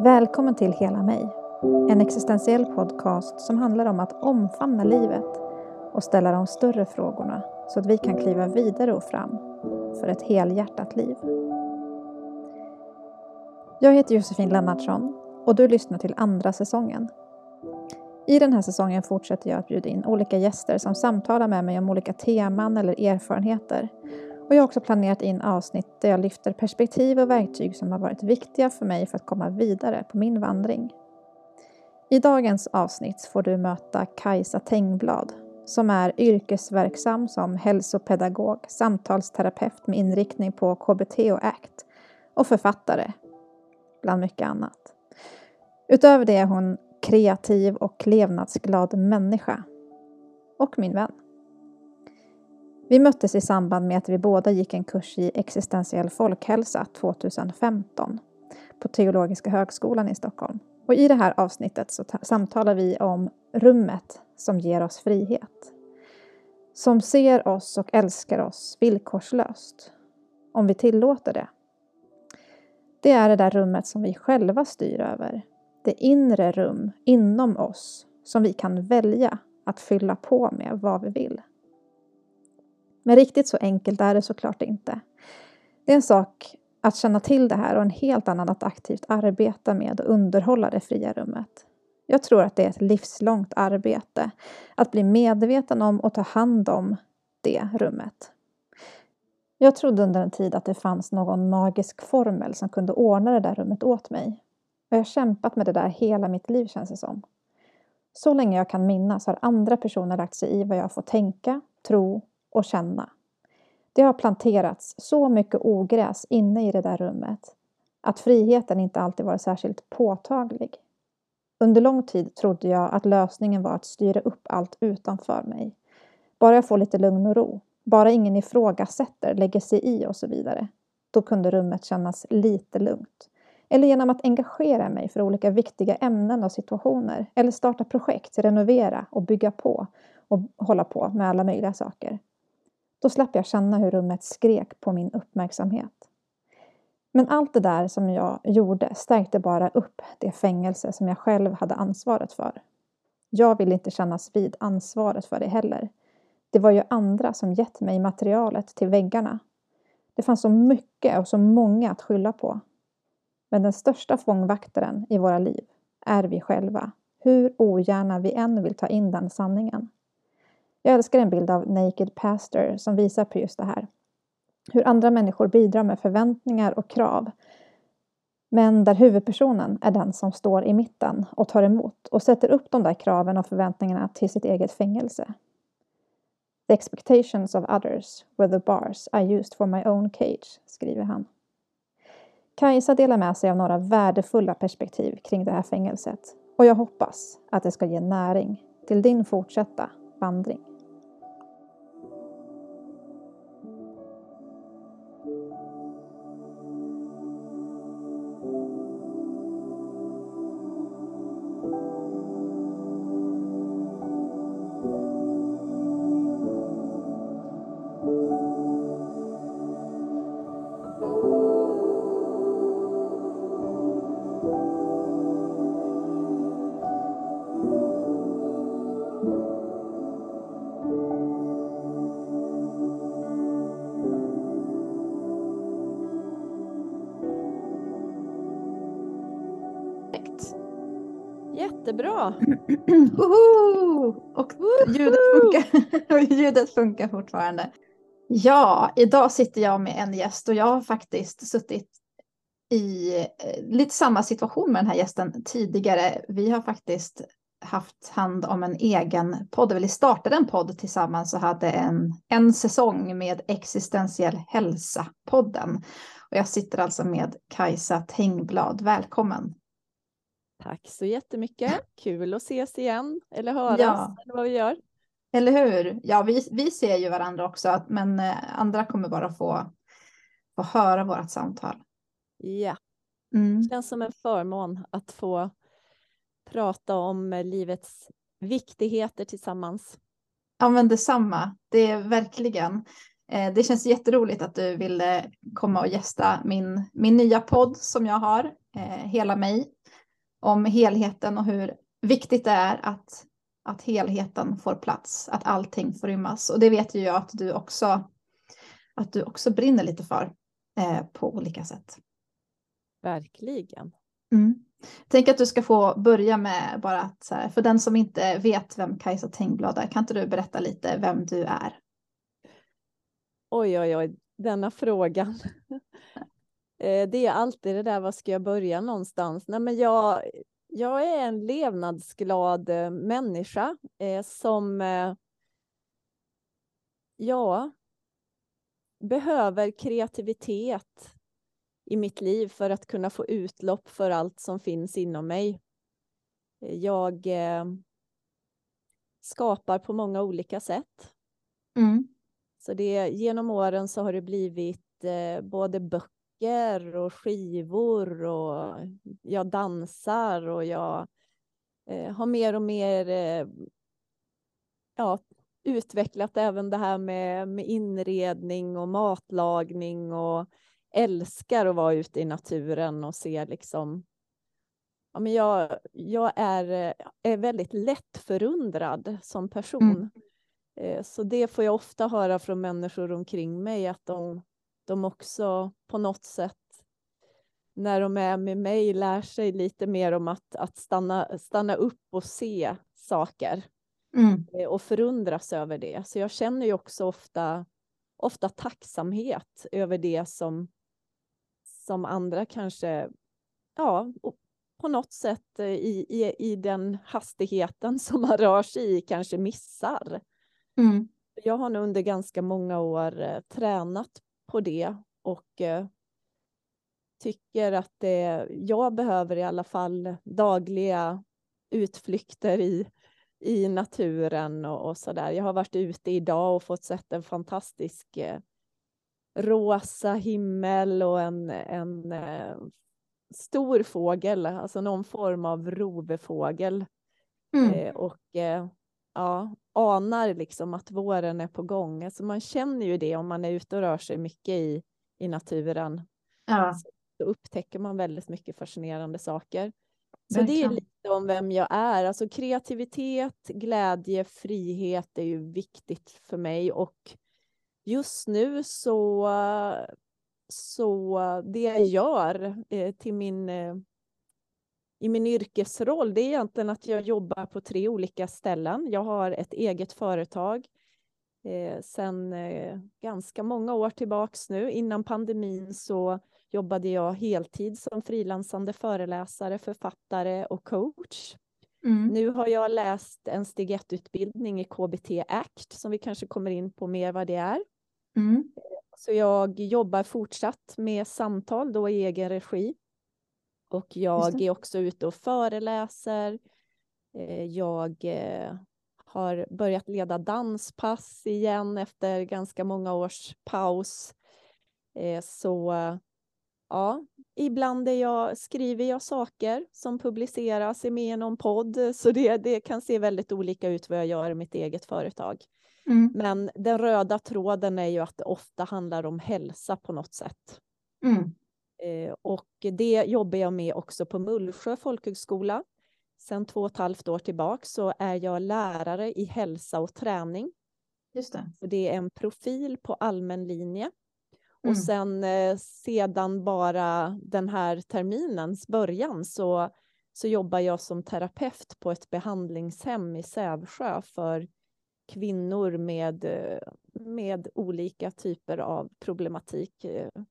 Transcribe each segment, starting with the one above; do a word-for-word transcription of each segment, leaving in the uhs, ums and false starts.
Välkommen till Hela mig, en existentiell podcast som handlar om att omfamna livet och ställa de större frågorna så att vi kan kliva vidare och fram för ett helhjärtat liv. Jag heter Josefin Lennartsson och du lyssnar till andra säsongen. I den här säsongen fortsätter jag att bjuda in olika gäster som samtalar med mig om olika teman eller erfarenheter. Och jag har också planerat in avsnitt där jag lyfter perspektiv och verktyg som har varit viktiga för mig för att komma vidare på min vandring. I dagens avsnitt får du möta Kajsa Tengblad som är yrkesverksam som hälsopedagog, samtalsterapeut med inriktning på K B T och A C T och författare, bland mycket annat. Utöver det är hon kreativ och levnadsglad människa och min vän. Vi möttes i samband med att vi båda gick en kurs i existentiell folkhälsa tjugohundrafemton på Teologiska högskolan i Stockholm. Och i det här avsnittet så ta- samtalar vi om rummet som ger oss frihet. Som ser oss och älskar oss villkorslöst. Om vi tillåter det. Det är det där rummet som vi själva styr över. Det inre rum inom oss som vi kan välja att fylla på med vad vi vill. Men riktigt så enkelt är det såklart inte. Det är en sak att känna till det här och en helt annan att aktivt arbeta med och underhålla det fria rummet. Jag tror att det är ett livslångt arbete att bli medveten om och ta hand om det rummet. Jag trodde under en tid att det fanns någon magisk formel som kunde ordna det där rummet åt mig. Och jag har kämpat med det där hela mitt liv känns det som. Så länge jag kan minnas har andra personer lagt sig i vad jag får tänka, tro och känna. Det har planterats så mycket ogräs inne i det där rummet att friheten inte alltid varit särskilt påtaglig. Under lång tid trodde jag att lösningen var att styra upp allt utanför mig. Bara jag får lite lugn och ro. Bara ingen ifrågasätter, lägger sig i och så vidare. Då kunde rummet kännas lite lugnt. Eller genom att engagera mig för olika viktiga ämnen och situationer. Eller starta projekt, renovera och bygga på och hålla på med alla möjliga saker. Då slapp jag känna hur rummet skrek på min uppmärksamhet. Men allt det där som jag gjorde stärkte bara upp det fängelse som jag själv hade ansvaret för. Jag ville inte kännas vid ansvaret för det heller. Det var ju andra som gett mig materialet till väggarna. Det fanns så mycket och så många att skylla på. Men den största fångvaktaren i våra liv är vi själva. Hur ogärna vi än vill ta in den sanningen. Jag älskar en bild av Naked Pastor som visar på just det här. Hur andra människor bidrar med förväntningar och krav. Men där huvudpersonen är den som står i mitten och tar emot och sätter upp de där kraven och förväntningarna till sitt eget fängelse. The expectations of others were the bars I used for my own cage, skriver han. Kajsa delar med sig av några värdefulla perspektiv kring det här fängelset. Och jag hoppas att det ska ge näring till din fortsatta vandring. Jättebra. Woho! Och ljudet funkar. ljudet funkar fortfarande. Ja, idag sitter jag med en gäst och jag har faktiskt suttit i eh, lite samma situation med den här gästen tidigare. Vi har faktiskt haft hand om en egen podd. Vi startade en podd tillsammans och hade en, en säsong med existentiell hälsa-podden. Och jag sitter alltså med Kajsa Tengblad. Välkommen. Tack så jättemycket. Kul att ses igen eller höras Ja. eller vad vi gör. Eller hur? Ja, vi, vi ser ju varandra också, men eh, andra kommer bara få, få höra vårt samtal. Ja, Mm. det känns som en förmån att få prata om livets viktigheter tillsammans. Ja, men detsamma. Det är verkligen. Eh, det känns jätteroligt att du ville komma och gästa min, min nya podd som jag har, eh, Hela mig. om helheten och hur viktigt det är att, att helheten får plats, att allting får rymmas. Och det vet ju jag att du också, att du också brinner lite för eh, på olika sätt. Verkligen. Mm. Tänk att du ska få börja med bara att, så här, för den som inte vet vem Kajsa Tengblad är, kan inte du berätta lite vem du är? Oj, oj, oj, denna frågan. Det är alltid det där, vad ska jag börja någonstans? Nej, men jag, jag är en levnadsglad människa eh, som eh, ja, behöver kreativitet i mitt liv för att kunna få utlopp för allt som finns inom mig. Jag eh, skapar på många olika sätt. Mm. Så det, genom åren så har det blivit eh, både böcker och skivor, och jag dansar, och jag eh, har mer och mer eh, ja, utvecklat även det här med, med inredning och matlagning, och älskar att vara ute i naturen och se liksom. Ja, men jag, jag är, är väldigt lätt förundrad som person. Mm. Så det får jag ofta höra från människor omkring mig, att de, de också på något sätt när de är med mig lär sig lite mer om att, att stanna, stanna upp och se saker. Mm. Och förundras över det. Så jag känner ju också ofta, ofta tacksamhet över det som, som andra kanske, ja, på något sätt i, i, i den hastigheten som man rör sig i kanske missar. Mm. Jag har nu under ganska många år eh, tränat på det, och eh, tycker att det, jag behöver i alla fall dagliga utflykter i, i naturen och, och sådär. Jag har varit ute idag och fått sett en fantastisk eh, rosa himmel och en, en eh, stor fågel, alltså någon form av rovfågel. Mm. Eh, och eh, ja, anar liksom att våren är på gång. Alltså man känner ju det om man är ute och rör sig mycket i, i naturen. Ja. Så då upptäcker man väldigt mycket fascinerande saker. Så verkligen. Det är lite om vem jag är. Alltså kreativitet, glädje, frihet är ju viktigt för mig. Och just nu så, så det jag gör eh, till min... Eh, I min yrkesroll, det är egentligen att jag jobbar på tre olika ställen. Jag har ett eget företag eh, sedan eh, ganska många år tillbaks nu. Innan pandemin så jobbade jag heltid som frilansande föreläsare, författare och coach. Mm. Nu har jag läst en steg ett-utbildning i K B T ACT som vi kanske kommer in på mer vad det är. Mm. Så jag jobbar fortsatt med samtal då i egen regi. Och jag är också ute och föreläser. Jag har börjat leda danspass igen efter ganska många års paus. Så ja, ibland är jag, skriver jag saker som publiceras, är med i någon podd. Så det, det kan se väldigt olika ut vad jag gör i mitt eget företag. Mm. Men den röda tråden är ju att det ofta handlar om hälsa på något sätt. Mm. Och det jobbar jag med också på Mullsjö folkhögskola. Sen två och ett halvt år tillbaka så är jag lärare i hälsa och träning. Just det. Så det är en profil på allmän linje. Mm. Och sen eh, sedan bara den här terminens början så, så jobbar jag som terapeut på ett behandlingshem i Sävsjö för kvinnor med, med olika typer av problematik.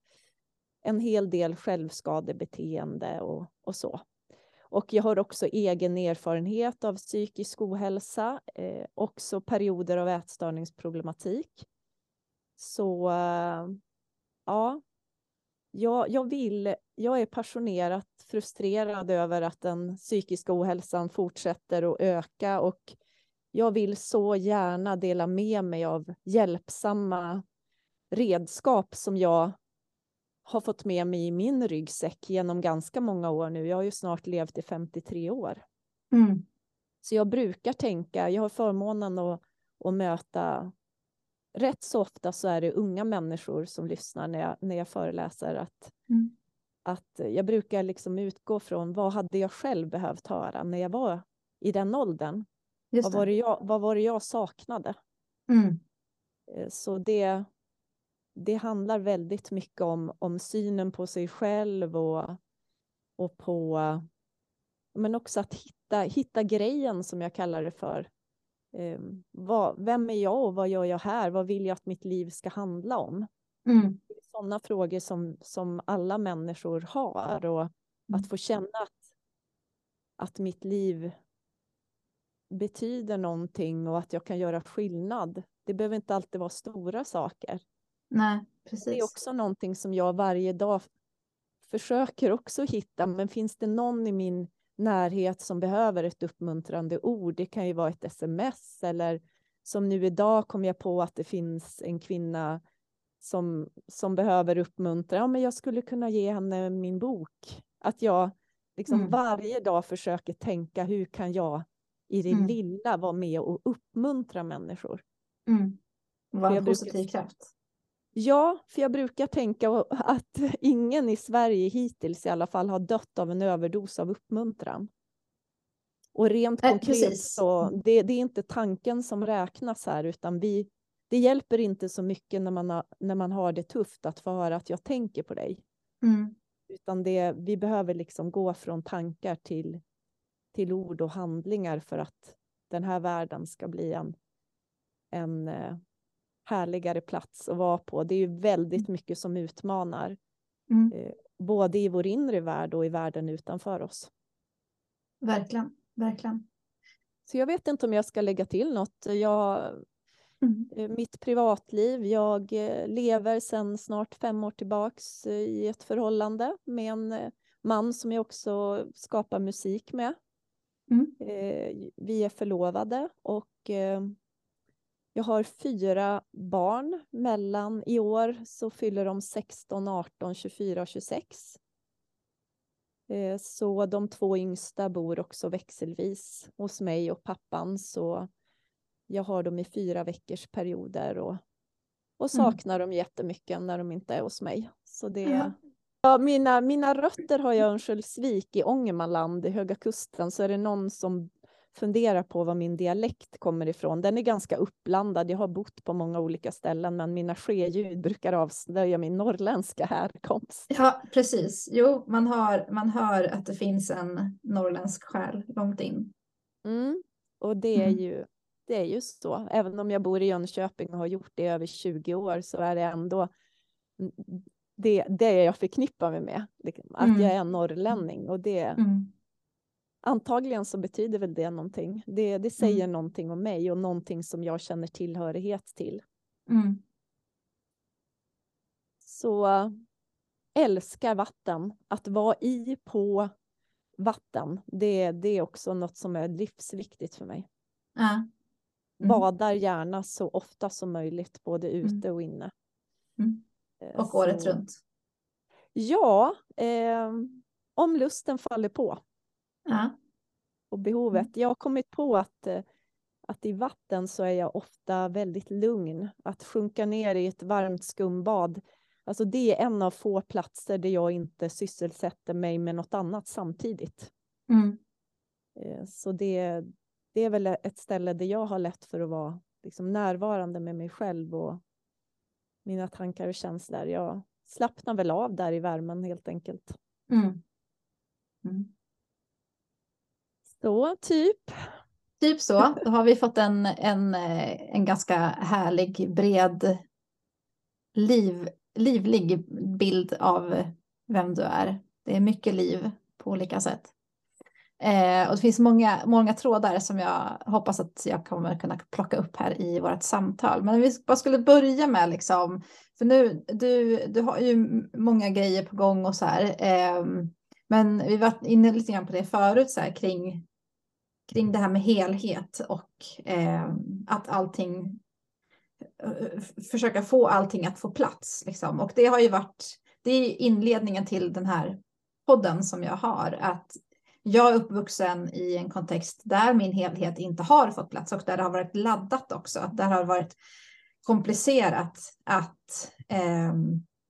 En hel del självskadebeteende och, och så. Och jag har också egen erfarenhet av psykisk ohälsa, eh, också perioder av ätstörningsproblematik. Så eh, ja, jag, jag vill, jag är passionerat frustrerad över att den psykiska ohälsan fortsätter att öka, och jag vill så gärna dela med mig av hjälpsamma redskap som jag har fått med mig i min ryggsäck genom ganska många år nu. Jag har ju snart levt i femtiotre år. Mm. Så jag brukar tänka, jag har förmånen att, att möta, rätt så ofta så är det unga människor som lyssnar när jag, när jag föreläser, att, mm. att jag brukar liksom utgå från vad hade jag själv behövt höra när jag var i den åldern. Just Vad det. var det jag, vad var det jag saknade? Mm. Så det, det handlar väldigt mycket om, om synen på sig själv och, och på, men också att hitta, hitta grejen som jag kallar det för. Eh, vad, vem är jag och vad gör jag här? Vad vill jag att mitt liv ska handla om? Mm. Sådana frågor som, som alla människor har, och Mm. att få känna att, att mitt liv betyder någonting och att jag kan göra skillnad. Det behöver inte alltid vara stora saker. Nej, Det är precis. också någonting som jag varje dag försöker också hitta, men finns det någon i min närhet som behöver ett uppmuntrande ord? Det kan ju vara ett sms, eller som nu idag kom jag på att det finns en kvinna som, som behöver uppmuntra. Ja, men jag skulle kunna ge henne min bok. Att jag liksom Mm. varje dag försöker tänka, hur kan jag i det Mm. lilla vara med och uppmuntra människor? Mm. Var För en jag positiv brukar, kraft. ja, för jag brukar tänka att ingen i Sverige hittills i alla fall har dött av en överdos av uppmuntran. Och rent Eh, konkret precis. så det, det är inte tanken som räknas här, utan vi, det hjälper inte så mycket när man, har, när man har det tufft att få höra att jag tänker på dig. Mm. Utan det, vi behöver liksom gå från tankar till, till ord och handlingar för att den här världen ska bli en, en eh, härligare plats att vara på. Det är ju väldigt mycket som utmanar. Mm. Eh, både i vår inre värld och i världen utanför oss. Verkligen, verkligen. Så jag vet inte om jag ska lägga till något. Jag, Mm. eh, mitt privatliv, jag eh, lever sedan snart fem år tillbaks eh, i ett förhållande med en eh, man som jag också skapar musik med. Mm. Eh, vi är förlovade och eh, jag har fyra barn. Mellan i år så fyller de sexton, arton, tjugofyra och tjugosex. Eh, så de två yngsta bor också växelvis hos mig och pappan. Så jag har dem i fyra veckors perioder och, och saknar dem jättemycket när de inte är hos mig. Så det, Ja. ja, mina, mina rötter har jag i Örnsköldsvik i Ångermanland i Höga Kusten. Så är det någon som funderar på var min dialekt kommer ifrån. Den är ganska uppblandad. Jag har bott på många olika ställen, men mina skeljud brukar avslöja min norrländska härkomst. Ja, precis. Jo, man hör, man hör att det finns en norrländsk själ långt in. Mm. Och det är, Mm. ju, det är ju så. Även om jag bor i Jönköping och har gjort det i över tjugo år, så är det ändå det, det jag förknippar mig med. Att Mm. jag är en norrlänning. Och det, Mm. antagligen så betyder väl det någonting. Det, det säger Mm. någonting om mig och någonting som jag känner tillhörighet till. Mm. Så älskar vatten. Att vara i på vatten, det, det är också något som är livsviktigt för mig. Ja. Mm. Badar gärna så ofta som möjligt, både ute Mm. och inne. Mm. Och Så, året runt. Ja, eh, om lusten faller på. Ja. Och behovet. Mm. Jag har kommit på att, att i vatten så är jag ofta väldigt lugn. Att sjunka ner i ett varmt skumbad. Alltså det är en av få platser där jag inte sysselsätter mig med något annat samtidigt. Mm. Så det, det är väl ett ställe där jag har lätt för att vara liksom närvarande med mig själv och mina tankar och känslor. Jag slappnar väl av där i värmen helt enkelt. Mm. Mm. Så typ. Typ så. Då har vi fått en, en, en ganska härlig, bred, liv, livlig bild av vem du är. Det är mycket liv på olika sätt. Eh, och det finns många, många trådar som jag hoppas att jag kommer kunna plocka upp här i vårt samtal. Men vi bara skulle börja med, liksom, för nu, du, du har ju många grejer på gång och så här. Eh, men vi var inne lite grann på det förut, så här, kring, kring det här med helhet och eh, att allting, försöka få allting att få plats. Liksom. Och det har ju varit, det är inledningen till den här podden som jag har, att jag är uppvuxen i en kontext där min helhet inte har fått plats och där det har varit laddat också. Där har det varit komplicerat att, eh,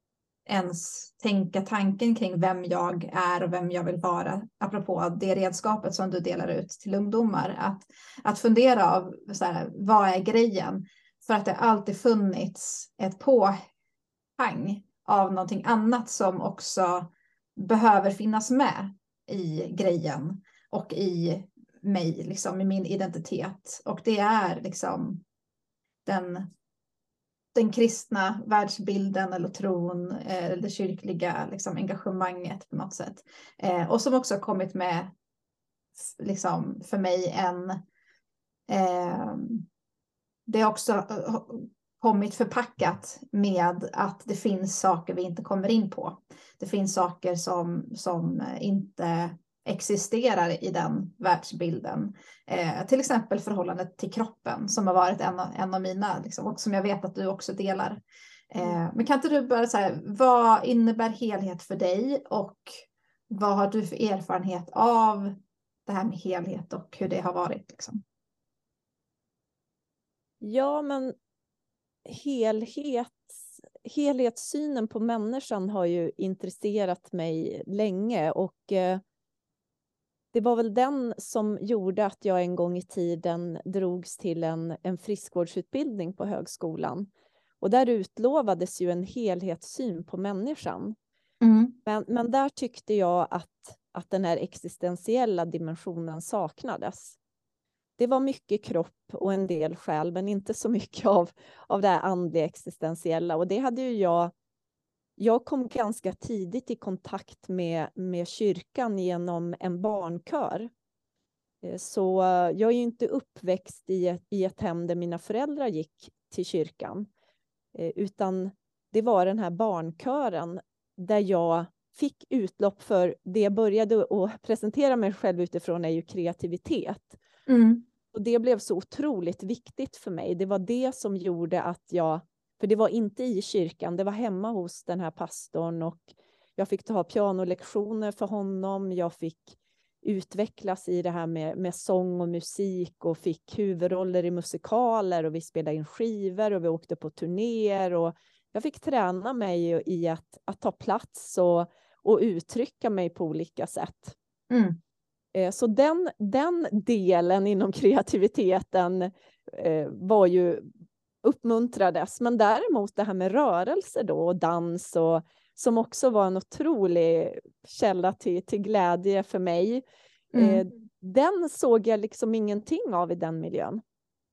ens tänka tanken kring vem jag är och vem jag vill vara. Apropå det redskapet som du delar ut till ungdomar. Att, att fundera av så här, vad är grejen? För att det alltid funnits ett påhang av någonting annat som också behöver finnas med i grejen och i mig, liksom, i min identitet. Och det är liksom den, den kristna världsbilden eller tron, eller det kyrkliga liksom, engagemanget på något sätt. Eh, och som också har kommit med liksom, för mig en... Eh, det har också kommit förpackat med att det finns saker vi inte kommer in på. Det finns saker som, som inte existerar i den världsbilden. Eh, till exempel förhållandet till kroppen som har varit en av, en av mina, liksom, och som jag vet att du också delar. Eh, men kan inte du bara säga, vad innebär helhet för dig och vad har du för erfarenhet av det här med helhet och hur det har varit? Liksom? Ja, men helhet, helhetssynen på människan har ju intresserat mig länge och eh, det var väl den som gjorde att jag en gång i tiden drogs till en, en friskvårdsutbildning på högskolan. Och där utlovades ju en helhetssyn på människan. Mm. Men, men där tyckte jag att, att den här existentiella dimensionen saknades. Det var mycket kropp och en del själ, men inte så mycket av, av det här andliga existentiella. Och det hade ju jag... Jag kom ganska tidigt i kontakt med, med kyrkan genom en barnkör. Så jag är ju inte uppväxt i ett, i ett hem där mina föräldrar gick till kyrkan. Utan det var den här barnkören där jag fick utlopp för det jag började att presentera mig själv utifrån är ju kreativitet. Mm. Och det blev så otroligt viktigt för mig. Det var det som gjorde att jag, för det var inte i kyrkan, det var hemma hos den här pastorn och jag fick ta pianolektioner för honom. Jag fick utvecklas i det här med, med sång och musik och fick huvudroller i musikaler och vi spelade in skivor och vi åkte på turnéer och jag fick träna mig i att, att ta plats och, och uttrycka mig på olika sätt. Mm. Så den, den delen inom kreativiteten eh, var ju uppmuntrades. Men däremot det här med rörelse då och dans och, som också var en otrolig källa till, till glädje för mig. Mm. Eh, den såg jag liksom ingenting av i den miljön.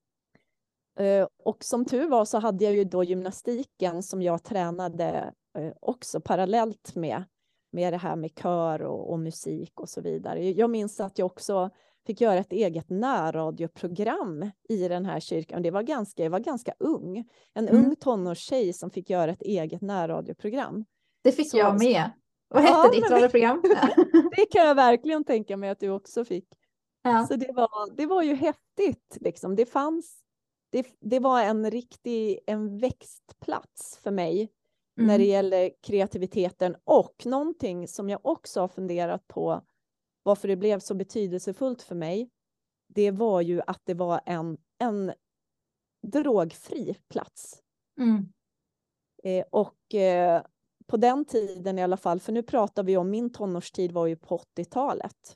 Eh, och som tur var så hade jag ju då gymnastiken som jag tränade eh, också parallellt med. med det här med kör och, och musik och så vidare. Jag minns att jag också fick göra ett eget närradioprogram i den här kyrkan. Det var ganska, jag var ganska ung. En Mm. ung tonårstjej som fick göra ett eget närradioprogram. Det fick Så, jag med. Vad hette ja, ditt radioprogram? Det kan jag verkligen tänka mig att du också fick. Ja. Så det var, det var ju häftigt. Liksom. Det fanns, det, det var en riktig en växtplats för mig. Mm. När det gäller kreativiteten och någonting som jag också har funderat på varför det blev så betydelsefullt för mig. Det var ju att det var en, en drogfri plats. Mm. Eh, och eh, på den tiden i alla fall, för nu pratar vi om min tonårstid var ju på åttiotalet.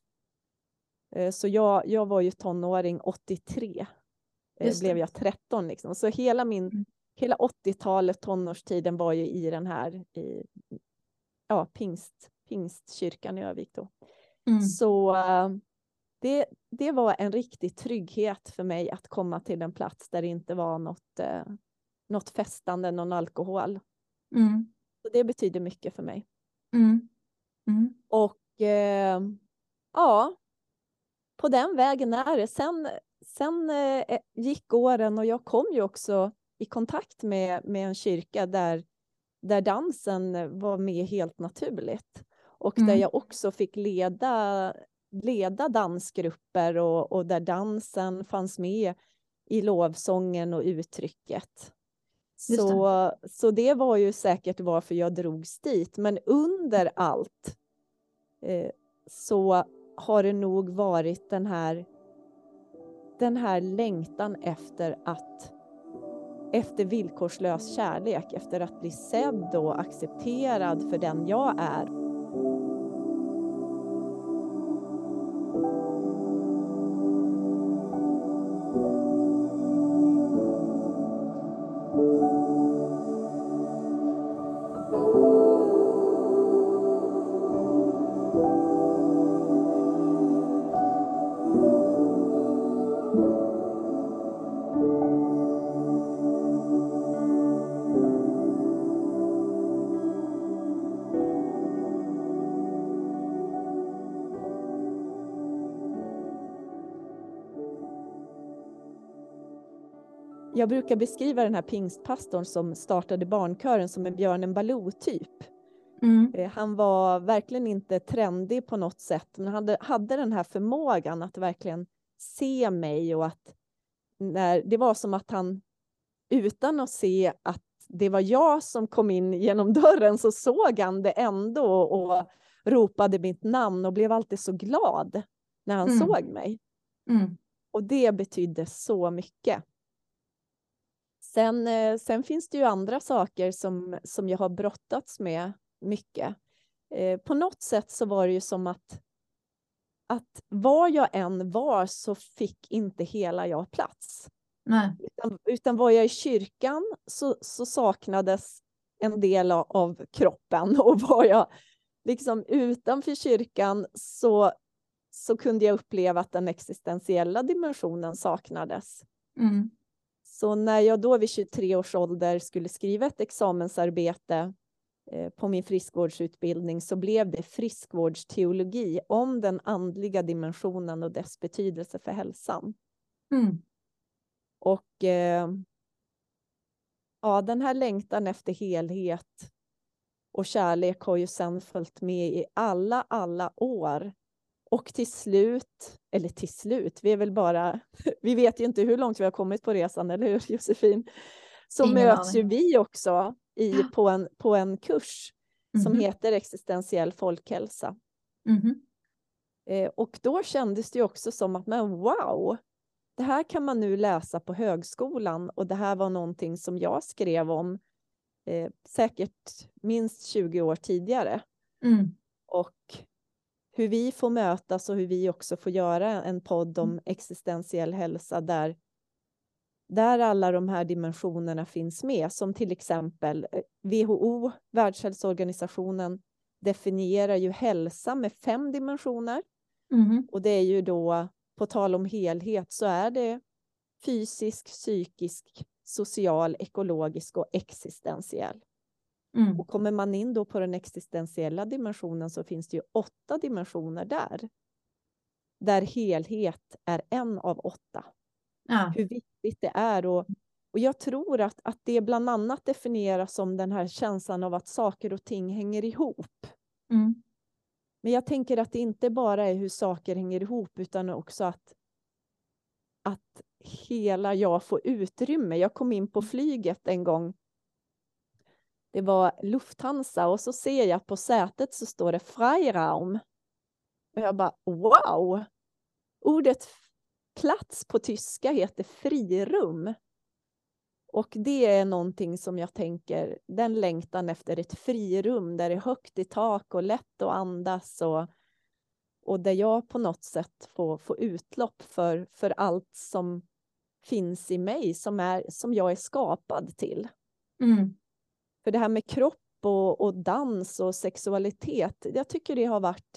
Eh, så jag, jag var ju tonåring åttiotre. Eh, blev jag tretton liksom. Så hela min mm. Hela åttiotalet, tonårstiden var ju i den här i, ja, pingst, pingstkyrkan i Övik då. Mm. Så uh, det, det var en riktig trygghet för mig att komma till en plats där det inte var något, uh, något festande, någon alkohol. Mm. Så det betyder mycket för mig. Mm. Mm. Och uh, ja, på den vägen är det. Sen, sen uh, gick åren och jag kom ju också i kontakt med, med en kyrka där, där dansen var med helt naturligt. Och mm. där jag också fick leda, leda dansgrupper och, och där dansen fanns med i lovsången och uttrycket. Så det. så det var ju säkert varför jag drogs dit. Men under allt eh, så har det nog varit den här, den här längtan efter att efter villkorslös kärlek, efter att bli sedd och accepterad för den jag är. Jag brukar beskriva den här pingstpastorn som startade barnkören som en Björnen Baloo-typ. Mm. Han var verkligen inte trendig på något sätt, men han hade, hade den här förmågan att verkligen se mig, och att när, det var som att han, utan att se att det var jag som kom in genom dörren, så såg han det ändå och ropade mitt namn och blev alltid så glad när han mm. såg mig. Mm. Och det betydde så mycket. Sen, sen finns det ju andra saker som, som jag har brottats med mycket. Eh, på något sätt så var det ju som att, att var jag än var så fick inte hela jag plats. Nej. Utan, utan var jag i kyrkan så, så saknades en del av, av kroppen. Och var jag liksom utanför kyrkan så, så kunde jag uppleva att den existentiella dimensionen saknades. Mm. Så när jag då vid tjugotre års ålder skulle skriva ett examensarbete eh, på min friskvårdsutbildning, så blev det friskvårdsteologi om den andliga dimensionen och dess betydelse för hälsan. Mm. Och eh, ja, den här längtan efter helhet och kärlek har ju sedan följt med i alla, alla år. Och till slut, eller till slut, vi är väl bara, vi vet ju inte hur långt vi har kommit på resan, eller hur Josefin? Så Ingen möts aning. Ju vi också i, ja. på, en, på en kurs mm-hmm. som heter existentiell folkhälsa. Mm-hmm. Eh, och då kändes det ju också som att, men wow, det här kan man nu läsa på högskolan, och det här var någonting som jag skrev om eh, säkert minst tjugo år tidigare. Mm. Och hur vi får mötas och hur vi också får göra en podd om existentiell hälsa där, där alla de här dimensionerna finns med. Som till exempel W H O, Världshälsoorganisationen, definierar ju hälsa med fem dimensioner. Mm. Och det är ju då, på tal om helhet, så är det fysisk, psykisk, social, ekologisk och existentiell. Mm. Och kommer man in då på den existentiella dimensionen, så finns det ju åtta dimensioner där. Där helhet är en av åtta. Ja. Hur viktigt det är. Och, och jag tror att, att det bland annat definieras som den här känslan av att saker och ting hänger ihop. Mm. Men jag tänker att det inte bara är hur saker hänger ihop, utan också att, att hela jag får utrymme. Jag kom in på flyget en gång. Det var Lufthansa, och så ser jag på sätet så står det Freiraum. Och jag bara, wow! Ordet plats på tyska heter frirum. Och det är någonting som jag tänker, den längtan efter ett frirum där det är högt i tak och lätt att andas. Och, och där jag på något sätt får, får utlopp för, för allt som finns i mig, som, är, som jag är skapad till. Mm. För det här med kropp och, och dans och sexualitet, jag tycker det har varit,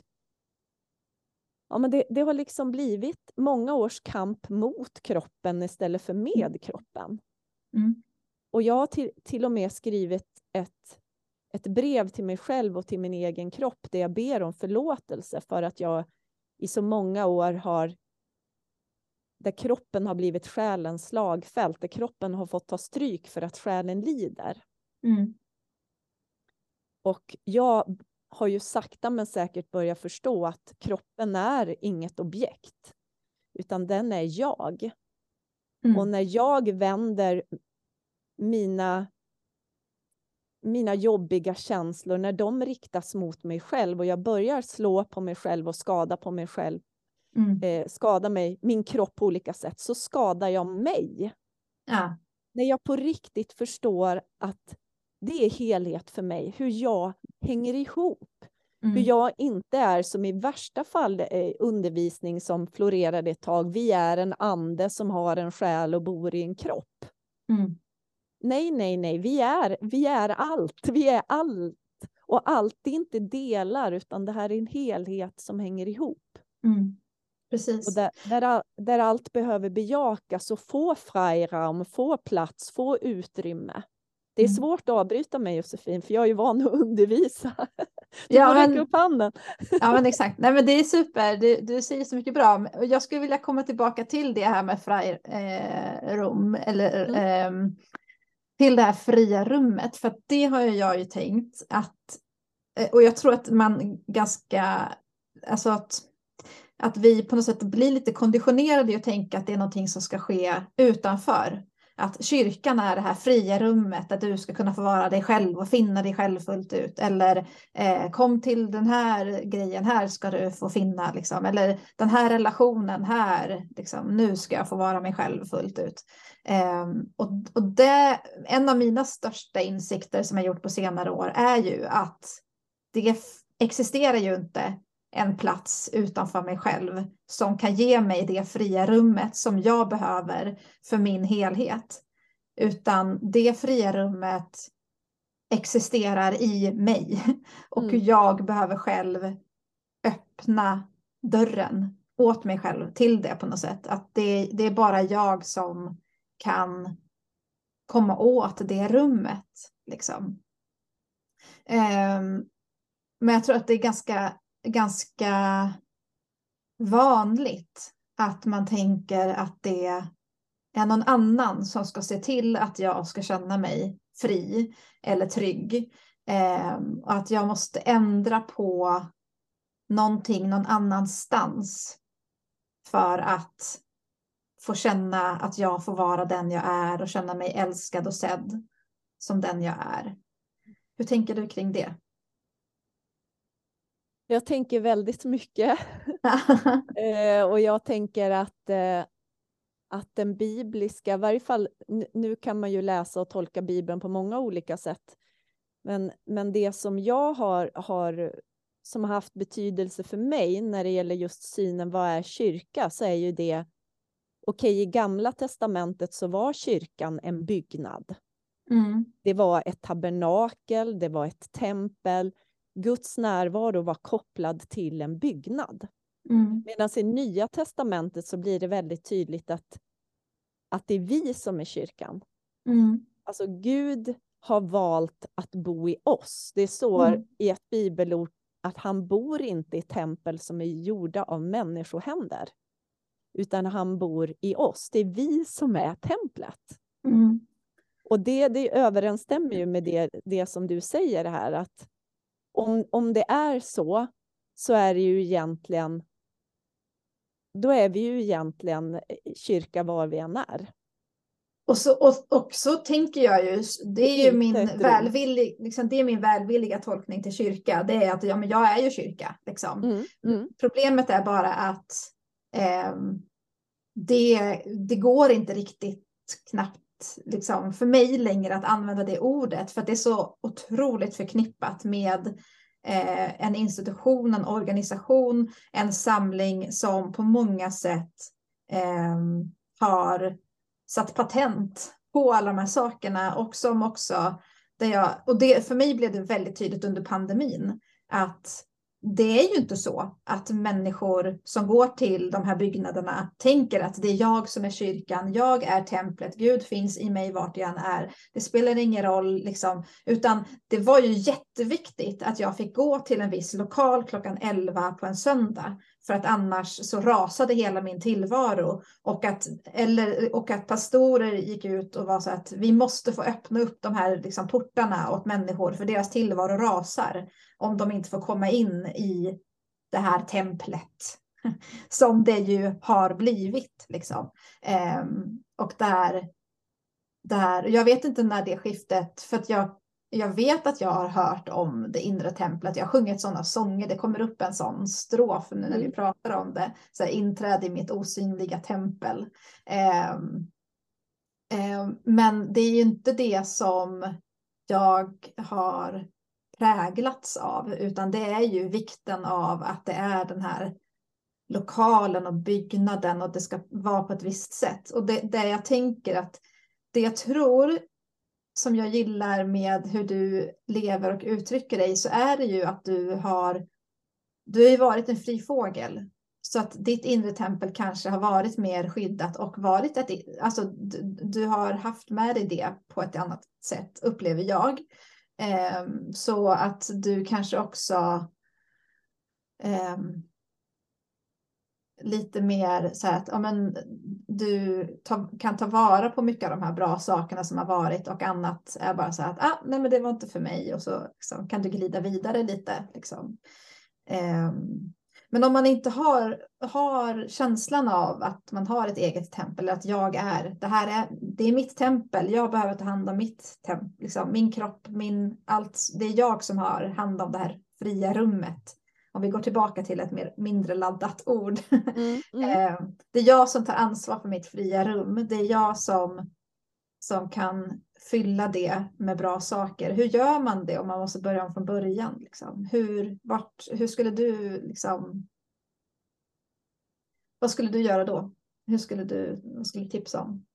ja men det, det har liksom blivit många års kamp mot kroppen istället för med kroppen. Mm. Och jag har till, till och med skrivit ett, ett brev till mig själv och till min egen kropp, där jag ber om förlåtelse för att jag i så många år har, där kroppen har blivit själens slagfält, där kroppen har fått ta stryk för att själen lider. Mm. Och jag har ju sakta men säkert börjat förstå att kroppen är inget objekt, utan den är jag. Mm. Och när jag vänder mina, mina jobbiga känslor, när de riktas mot mig själv och jag börjar slå på mig själv och skada på mig själv, mm. eh, skada mig, min kropp på olika sätt, så skadar jag mig. Ja. när jag på riktigt förstår att det är helhet för mig. Hur jag hänger ihop. Mm. Hur jag inte är som i värsta fall eh, undervisning som florerade ett tag. Vi är en ande som har en själ och bor i en kropp. Mm. Nej, nej, nej. Vi är, vi är allt. Vi är allt. Och allt är inte delar, utan det här är en helhet som hänger ihop. Mm. Precis. Och där, där, all, där allt behöver bejakas och få freiraum, få plats, få utrymme. Det är Mm. svårt att avbryta mig, Josefin, för jag är ju van att undervisa. Du Ja, får men- räcka upp handen. Ja, men exakt. Nej, men det är super. Du, du säger så mycket bra. Och jag skulle vilja komma tillbaka till det här med Freiraum, eh, eller Mm. ehm, till det här fria rummet. För att det har ju jag ju tänkt att, eh, och jag tror att man ganska, alltså att, att vi på något sätt blir lite konditionerade i att tänka att det är någonting som ska ske utanför. Att kyrkan är det här fria rummet där du ska kunna få vara dig själv och finna dig själv fullt ut. Eller eh, kom till den här grejen, här ska du få finna. Liksom. Eller den här relationen, här, liksom, nu ska jag få vara mig själv fullt ut. Eh, och och det, en av mina största insikter som jag gjort på senare år är ju att det f- existerar ju inte en plats utanför mig själv som kan ge mig det fria rummet som jag behöver för min helhet. Utan det fria rummet existerar i mig. Och Mm. jag behöver själv öppna dörren åt mig själv till det på något sätt. Att det, det är bara jag som kan komma åt det rummet. Liksom. Um, men jag tror att det är ganska ganska vanligt att man tänker att det är någon annan som ska se till att jag ska känna mig fri eller trygg. Eh, och att jag måste ändra på någonting någon annanstans för att få känna att jag får vara den jag är och känna mig älskad och sedd som den jag är. Hur tänker du kring det? Jag tänker väldigt mycket. eh, och jag tänker att, eh, att den bibliska, i varje fall, nu, nu kan man ju läsa och tolka Bibeln på många olika sätt. Men, men det som jag har, har, som har haft betydelse för mig när det gäller just synen vad är kyrka, så är ju det, okej, okay, i Gamla testamentet så var kyrkan en byggnad. Mm. Det var ett tabernakel, det var ett tempel. Guds närvaro var kopplad till en byggnad. Mm. Medan i Nya testamentet så blir det väldigt tydligt att, att det är vi som är kyrkan. Mm. Alltså Gud har valt att bo i oss. Det står Mm. i ett bibelord att han bor inte i tempel som är gjorda av människohänder. Utan han bor i oss. Det är vi som är templet. Mm. Och det, det överensstämmer ju med det, det som du säger här. Att om, om det är så, så är det ju egentligen, då är vi ju egentligen kyrka var vi än är. Och så, och, och så tänker jag ju, det är ju Inte min, ett rum. välvillig, liksom, det är min välvilliga tolkning till kyrka. Det är att ja, men jag är ju kyrka. Liksom. Mm, mm. Problemet är bara att eh, det, det går inte riktigt knappt liksom, för mig längre att använda det ordet. För att det är så otroligt förknippat med eh, en institution, en organisation, en samling som på många sätt eh, har satt patent på alla de här sakerna. Och som också, där jag, och det, för mig blev det väldigt tydligt under pandemin att det är ju inte så att människor som går till de här byggnaderna tänker att det är jag som är kyrkan, jag är templet, Gud finns i mig vart jag än är. Det spelar ingen roll, liksom, utan det var ju jätteviktigt att jag fick gå till en viss lokal klockan elva på en söndag. För att annars så rasade hela min tillvaro. Och att, eller, och att pastorer gick ut och var så att vi måste få öppna upp de här liksom, portarna åt människor. För deras tillvaro rasar om de inte får komma in i det här templet. Som det ju har blivit. Liksom. Um, och där, där, jag vet inte när det skiftet, för att jag Jag vet att jag har hört om det inre templet. Jag har sjungit sådana sånger. Det kommer upp en sån strof nu när Mm. vi pratar om det. Så här, inträd i mitt osynliga tempel. Eh, Eh, men det är ju inte det som jag har präglats av, utan det är ju vikten av att det är den här lokalen och byggnaden och det ska vara på ett visst sätt. Och det, det jag tänker att det jag tror som jag gillar med hur du lever och uttrycker dig, så är det ju att du har du har ju varit en fri fågel. Så att ditt inre tempel kanske har varit mer skyddat och varit ett, alltså du, du har haft med dig det på ett annat sätt, upplever jag. Eh, så att du kanske också eh, lite mer så här att ja, men, du ta, kan ta vara på mycket av de här bra sakerna som har varit, och annat är bara så här att ah, nej, men det var inte för mig, och så liksom, kan du glida vidare lite. Liksom. Eh, men om man inte har, har känslan av att man har ett eget tempel, att jag är, det här är, det är mitt tempel, jag behöver ta hand om mitt tempel, liksom, min kropp, min allt, det är jag som har hand om det här fria rummet. Om vi går tillbaka till ett mer, mindre laddat ord. Mm, mm. Det är jag som tar ansvar för mitt fria rum. Det är jag som, som kan fylla det med bra saker. Hur gör man det om man måste börja om från början? Liksom? Hur, vart, hur skulle du liksom... Vad skulle du göra då? Hur skulle du, vad skulle du tipsa om?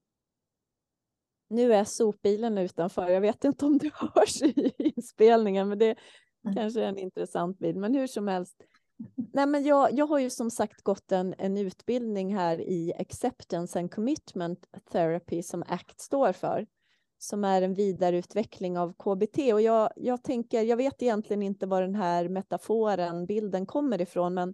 Nu är sopbilen utanför. Jag vet inte om det hörs i inspelningen, men det Mm. kanske är en intressant bild. Men hur som helst. Nej, men jag, jag har ju som sagt gått en, en utbildning här i Acceptance and Commitment Therapy som A C T står för. Som är en vidareutveckling av K B T. Och jag, jag tänker, jag vet egentligen inte var den här metaforen, bilden kommer ifrån. Men,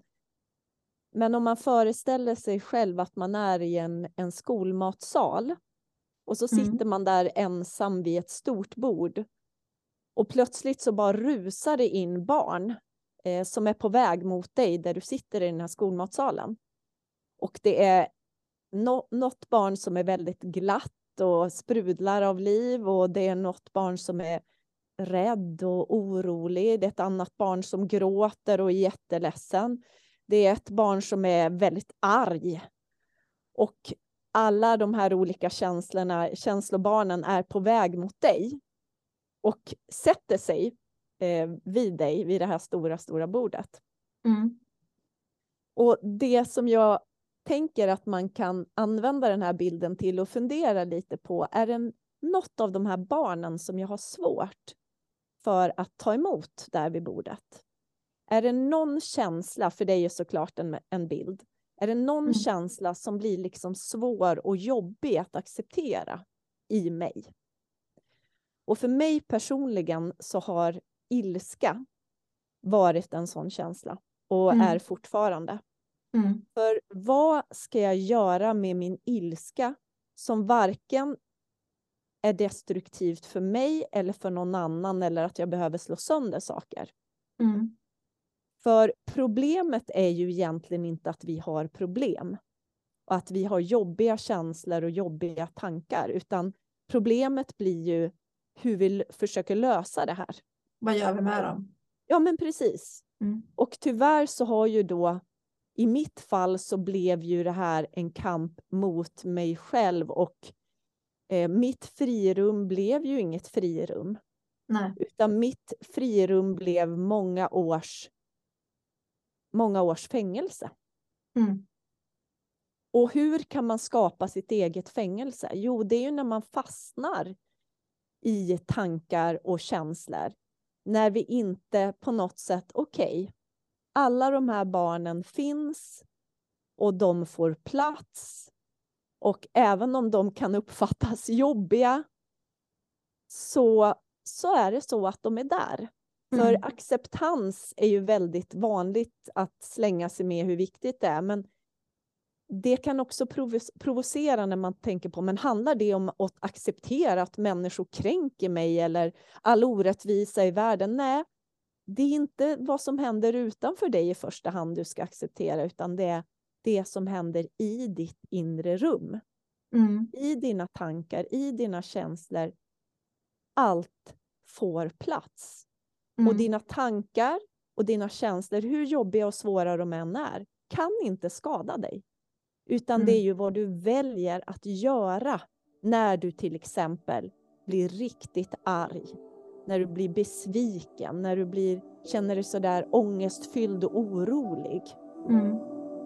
men om man föreställer sig själv att man är i en, en skolmatsal. Och så sitter Mm. man där ensam vid ett stort bord. Och plötsligt så bara rusar det in barn eh, som är på väg mot dig där du sitter i den här skolmatsalen. Och det är no- något barn som är väldigt glatt och sprudlar av liv. Och det är något barn som är rädd och orolig. Det är ett annat barn som gråter och är jätteledsen. Det är ett barn som är väldigt arg. Och alla de här olika känslorna, känslobarnen är på väg mot dig. Och sätter sig eh, vid dig vid det här stora, stora bordet. Mm. Och det som jag tänker att man kan använda den här bilden till och fundera lite på. Är det något av de här barnen som jag har svårt för att ta emot där vid bordet? Är det någon känsla, för det är ju såklart en, en bild. Är det någon Mm. känsla som blir liksom svår och jobbig att acceptera i mig? Och för mig personligen så har ilska varit en sån känsla. Och Mm. är fortfarande. Mm. För vad ska jag göra med min ilska som varken är destruktivt för mig eller för någon annan, eller att jag behöver slå sönder saker? Mm. För problemet är ju egentligen inte att vi har problem. Och att vi har jobbiga känslor och jobbiga tankar. Utan problemet blir ju hur vi försöker lösa det här. Vad gör vi med dem? Ja, men precis. Mm. Och tyvärr så har ju då, i mitt fall så blev ju det här en kamp mot mig själv. Och eh, mitt frirum blev ju inget frirum. Nej. Utan mitt frirum blev många års, många års fängelse. Mm. Och hur kan man skapa sitt eget fängelse? Jo, det är ju när man fastnar i tankar och känslor. När vi inte på något sätt, okej, okay, alla de här barnen finns och de får plats. Och även om de kan uppfattas jobbiga så, så är det så att de är där. Mm. För acceptans är ju väldigt vanligt att slänga sig med hur viktigt det är. Men det kan också provo- provocera när man tänker på, men handlar det om att acceptera att människor kränker mig eller all orättvisa i världen? Nej, det är inte vad som händer utanför dig i första hand du ska acceptera, utan det är det som händer i ditt inre rum. Mm. I dina tankar, i dina känslor. Allt får plats. Mm. Och dina tankar och dina känslor, hur jobbiga och svåra de än är, kan inte skada dig. Utan Mm. det är ju vad du väljer att göra när du till exempel blir riktigt arg, när du blir besviken, när du blir, känner dig sådär ångestfylld och orolig. Mm.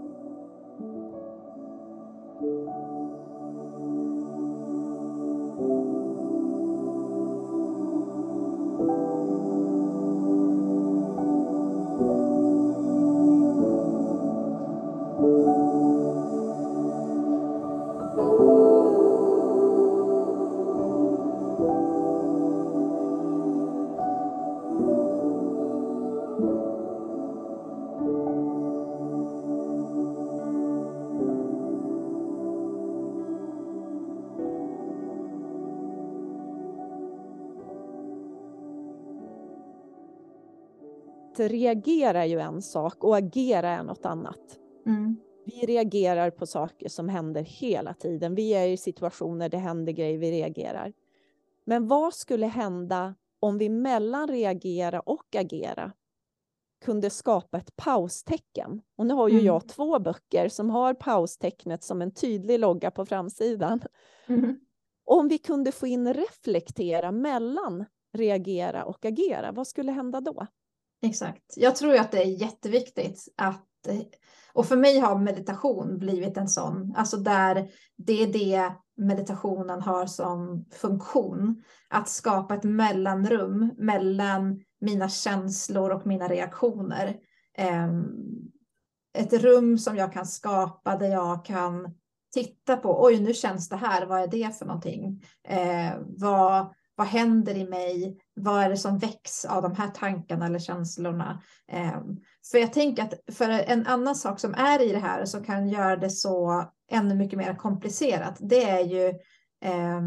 Reagera är ju en sak och agera är något annat. Mm. Vi reagerar på saker som händer hela tiden. Vi är i situationer där det händer grejer, vi reagerar. Men vad skulle hända om vi mellan reagera och agera kunde skapa ett paustecken? Och nu har ju Mm. jag två böcker som har paustecknet som en tydlig logga på framsidan. Mm. Om vi kunde få in reflektera mellan reagera och agera, vad skulle hända då? Exakt. Jag tror ju att det är jätteviktigt att, och för mig har meditation blivit en sån, alltså där det är det meditationen har som funktion, att skapa ett mellanrum mellan mina känslor och mina reaktioner. Ett rum som jag kan skapa där jag kan titta på, oj nu känns det här, vad är det för någonting? Eh, vad, vad händer i mig? Vad är det som väcks av de här tankarna eller känslorna? Eh, för jag tänker att för en annan sak som är i det här som kan göra det så ännu mycket mer komplicerat, det är ju eh,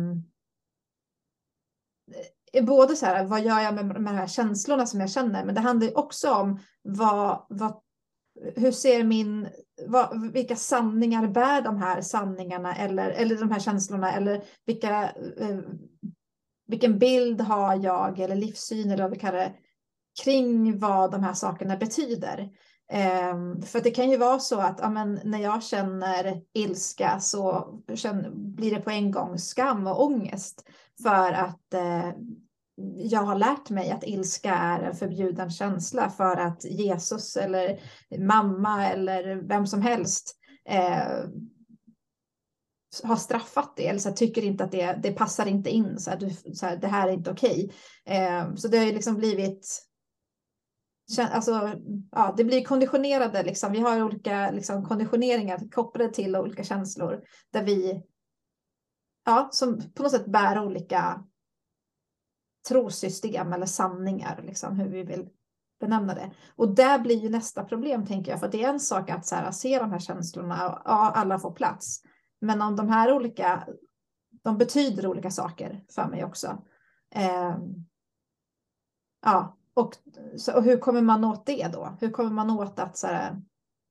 både så här, vad gör jag med, med de här känslorna som jag känner, men det handlar ju också om vad, vad hur ser min, vad, vilka sanningar bär de här sanningarna eller, eller de här känslorna, eller vilka, eh, vilken bild har jag eller livssyn eller vad vi kallar det kring vad de här sakerna betyder. Eh, för det kan ju vara så att ja, men när jag känner ilska så känner, blir det på en gång skam och ångest för att eh, jag har lärt mig att ilska är en förbjuden känsla för att Jesus eller mamma eller vem som helst eh, har straffat det. Eller så här, tycker inte att det, det passar inte in. Så här, du, så här, det här är inte okej. Eh, så det har ju liksom blivit... Alltså, ja, det blir konditionerade. Liksom. Vi har olika liksom, konditioneringar kopplade till olika känslor. Där vi ja, som på något sätt bär olika trossystem eller sanningar, liksom, hur vi vill benämna det. Och där blir ju nästa problem, tänker jag, för det är en sak att så här, se de här känslorna och ja, alla får plats. Men om de här olika, de betyder olika saker för mig också. Eh, ja, och, så, och hur kommer man åt det då? Hur kommer man åt att så här,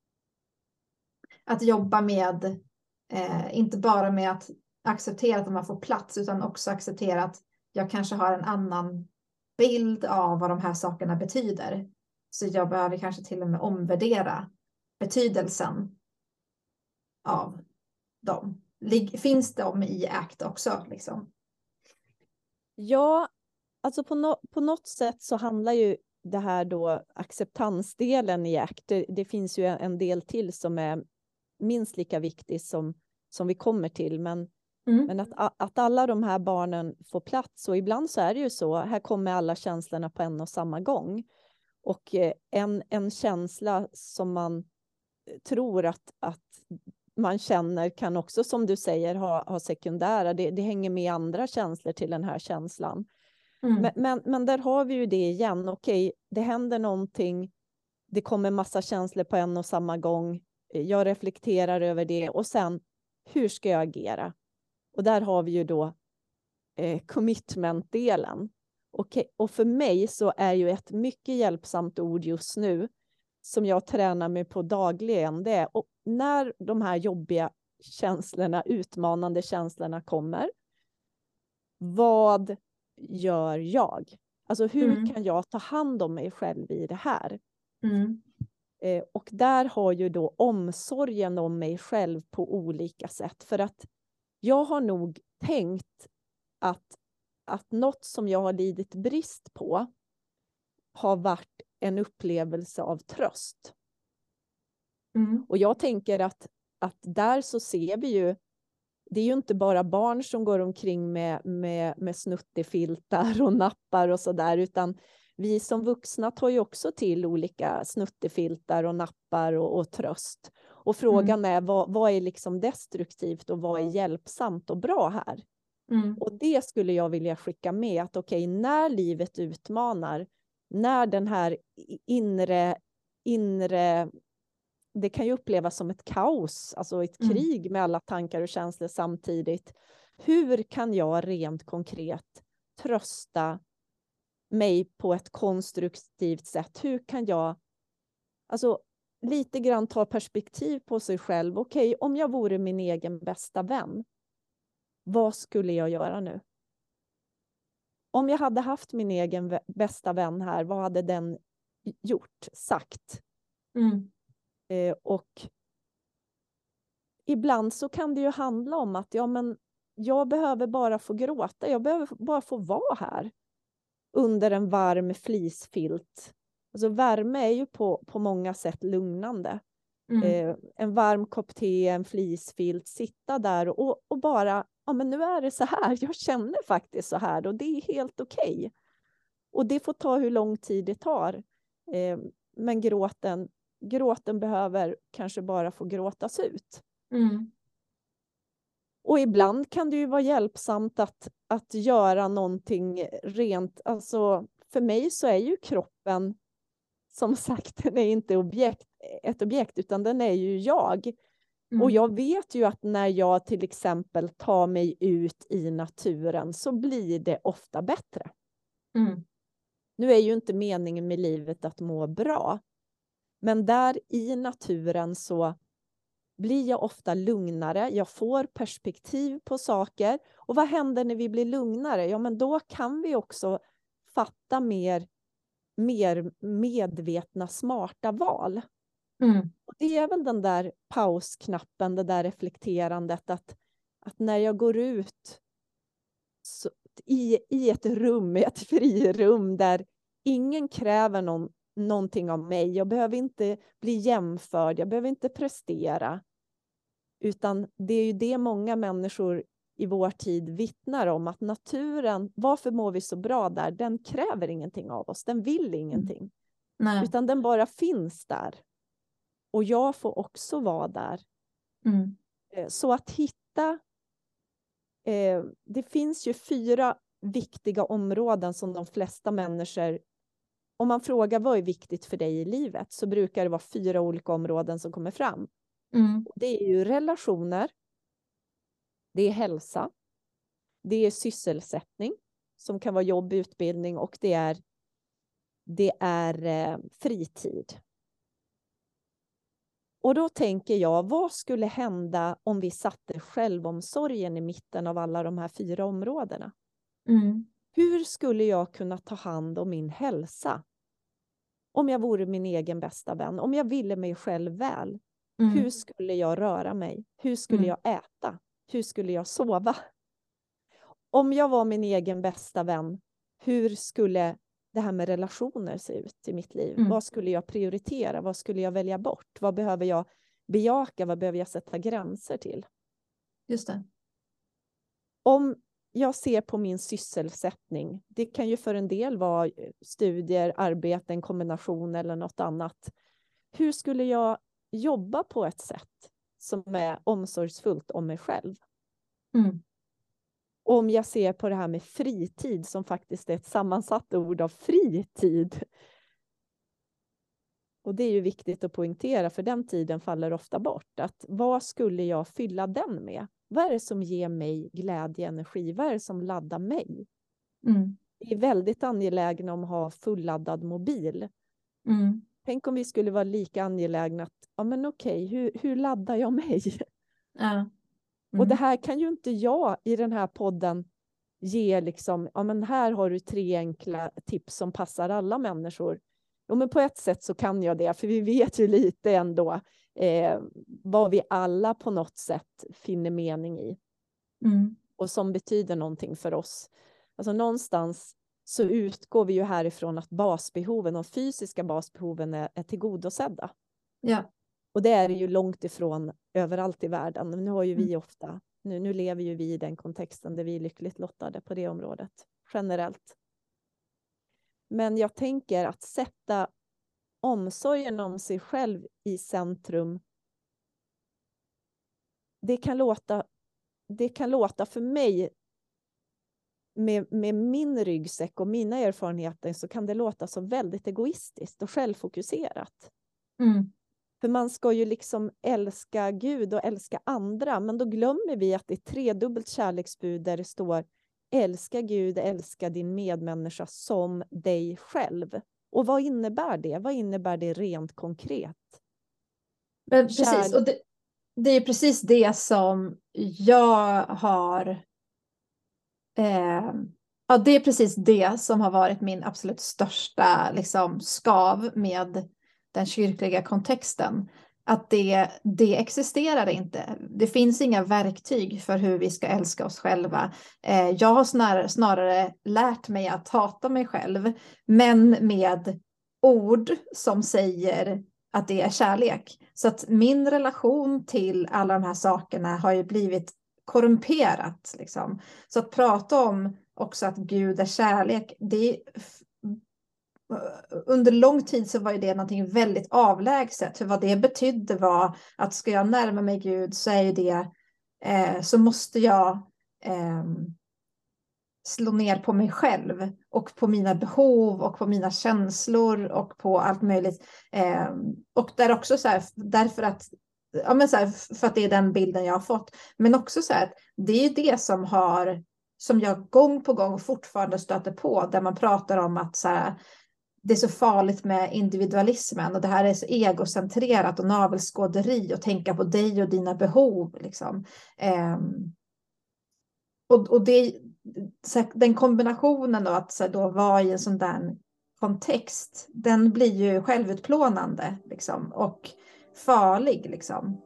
att jobba med, eh, inte bara med att acceptera att man får plats, utan också acceptera att jag kanske har en annan bild av vad de här sakerna betyder. Så jag behöver kanske till och med omvärdera betydelsen av dem. Finns de i ACT också? Liksom? Ja, alltså på, no- på något sätt så handlar ju det här då acceptansdelen i ACT. Det, det finns ju en del till som är minst lika viktig som, som vi kommer till. Men Mm. Men att, att alla de här barnen får plats, och ibland så är det ju så, här kommer alla känslorna på en och samma gång. Och en, en känsla som man tror att, att man känner kan också, som du säger, ha, ha sekundära. Det, det hänger med andra känslor till den här känslan. Mm. Men, men, men där har vi ju det igen. Okej, det händer någonting, det kommer massa känslor på en och samma gång. Jag reflekterar över det och sen, hur ska jag agera? Och där har vi ju då eh, commitment-delen. Och, och för mig så är ju ett mycket hjälpsamt ord just nu som jag tränar mig på dagligen. Det är, och när de här jobbiga känslorna, utmanande känslorna kommer. Vad gör jag? Alltså hur mm. kan jag ta hand om mig själv i det här? Mm. Eh, och där har ju då omsorgen om mig själv på olika sätt. För att jag har nog tänkt att, att något som jag har lidit brist på har varit en upplevelse av tröst. Mm. Och jag tänker att, att där så ser vi ju, det är ju inte bara barn som går omkring med, med, med snuttefiltar och nappar och sådär, utan vi som vuxna tar ju också till olika snuttefiltar och nappar och, och tröst. Och frågan mm. är, vad, vad är liksom destruktivt och vad är hjälpsamt och bra här? Mm. Och det skulle jag vilja skicka med, att okej, okay, när livet utmanar, när den här inre, inre, det kan ju upplevas som ett kaos, alltså ett Mm. krig med alla tankar och känslor samtidigt. Hur kan jag rent konkret trösta mig på ett konstruktivt sätt? Hur kan jag, alltså lite grann ta perspektiv på sig själv. Okej, om jag vore min egen bästa vän, vad skulle jag göra nu? Om jag hade haft min egen bästa vän här, vad hade den gjort, sagt? Mm. Eh, och ibland så kan det ju handla om att ja, men jag behöver bara få gråta. Jag behöver bara få vara här under en varm fleecefilt. Alltså värme är ju på, på många sätt lugnande. Mm. Eh, en varm kopp te, en fleecefilt, sitta där och, och bara, ja men nu är det så här. Jag känner faktiskt så här och det är helt okej. Okay. Och det får ta hur lång tid det tar. Eh, men gråten, gråten behöver kanske bara få gråtas ut. Mm. Och ibland kan det ju vara hjälpsamt att, att göra någonting rent. Alltså för mig så är ju kroppen, som sagt, den är inte objekt, ett objekt, utan den är ju jag. Mm. Och jag vet ju att när jag till exempel tar mig ut i naturen så blir det ofta bättre. Mm. Nu är ju inte meningen med livet att må bra. Men där i naturen så blir jag ofta lugnare. Jag får perspektiv på saker. Och vad händer när vi blir lugnare? Ja, men då kan vi också fatta mer, mer medvetna, smarta val. Mm. Och det är väl den där pausknappen, det där reflekterandet att, att när jag går ut så, i, i ett rum, i ett frirum där ingen kräver någon, någonting av mig. Jag behöver inte bli jämförd, jag behöver inte prestera. Utan det är ju det många människor i vår tid vittnar om, att naturen, varför mår vi så bra där? Den kräver ingenting av oss, den vill ingenting. Nej. Utan den bara finns där. Och jag får också vara där. Mm. Så att hitta, eh, det finns ju fyra viktiga områden som de flesta människor, om man frågar vad är viktigt för dig i livet, så brukar det vara fyra olika områden som kommer fram. Mm. Det är ju relationer, det är hälsa, det är sysselsättning som kan vara jobb, utbildning, och det är, det är eh, fritid. Och då tänker jag, vad skulle hända om vi satte självomsorgen i mitten av alla de här fyra områdena? Mm. Hur skulle jag kunna ta hand om min hälsa? Om jag vore min egen bästa vän, om jag ville mig själv väl. Mm. Hur skulle jag röra mig? Hur skulle mm. jag äta? Hur skulle jag sova? Om jag var min egen bästa vän, hur skulle det här med relationer se ut i mitt liv? Mm. Vad skulle jag prioritera? Vad skulle jag välja bort? Vad behöver jag bejaka? Vad behöver jag sätta gränser till? Just det. Om jag ser på min sysselsättning, det kan ju för en del vara studier, arbete, en kombination eller något annat. Hur skulle jag jobba på ett sätt som är omsorgsfullt om mig själv? Mm. Om jag ser på det här med fritid, som faktiskt är ett sammansatt ord av fritid. Och det är ju viktigt att poängtera, för den tiden faller ofta bort. Att vad skulle jag fylla den med? Vad är det som ger mig glädje, energi? Vad är det som laddar mig? Mm. Vi är väldigt angelägna om att ha fulladdad mobil. Mm. Tänk om vi skulle vara lika angelägna att, ja men okej, hur, hur laddar jag mig? Ja. Mm. Och det här kan ju inte jag i den här podden ge liksom, ja men här har du tre enkla tips som passar alla människor. Jo, men på ett sätt så kan jag det, för vi vet ju lite ändå eh, vad vi alla på något sätt finner mening i. Mm. och som betyder någonting för oss. Alltså någonstans så utgår vi ju härifrån att basbehoven, de fysiska basbehoven är, är tillgodosedda. Ja. Och det är det ju långt ifrån överallt i världen. Nu har ju vi Mm. ofta, nu, nu lever ju vi i den kontexten där vi är lyckligt lottade på det området, generellt. Men jag tänker att sätta omsorgen om sig själv i centrum, det kan låta, det kan låta för mig, med, med min ryggsäck och mina erfarenheter, så kan det låta så väldigt egoistiskt och självfokuserat. Mm. För man ska ju liksom älska Gud och älska andra, men då glömmer vi att det är tredubbelt kärleksbud där det står älska Gud, älska din medmänniska som dig själv. Och vad innebär det? Vad innebär det rent konkret? Men precis, och det, det är precis det som jag har... Eh, ja, det är precis det som har varit min absolut största liksom, skav med den kyrkliga kontexten. Att det, det existerar inte. Det finns inga verktyg för hur vi ska älska oss själva. Eh, jag har snarare, snarare lärt mig att hata mig själv, men med ord som säger att det är kärlek. Så att min relation till alla de här sakerna har ju blivit korrumperat. Liksom. Så att prata om också att Gud är kärlek, det är... Under lång tid så var ju det någonting väldigt avlägset. För vad det betydde var att ska jag närma mig Gud så är det eh, så måste jag eh, slå ner på mig själv och på mina behov och på mina känslor och på allt möjligt. Eh, och där också så här, därför att ja, men så här, för att det är den bilden jag har fått. Men också så här, det är ju det som har som jag gång på gång fortfarande stöter på, där man pratar om att så här, det är så farligt med individualismen och det här är så egocentrerat och navelskåderi och tänka på dig och dina behov. Liksom. Um, och och det, så här, den kombinationen då, att så här, då vara i en sån där kontext, den blir ju självutplånande liksom, och farlig. Liksom.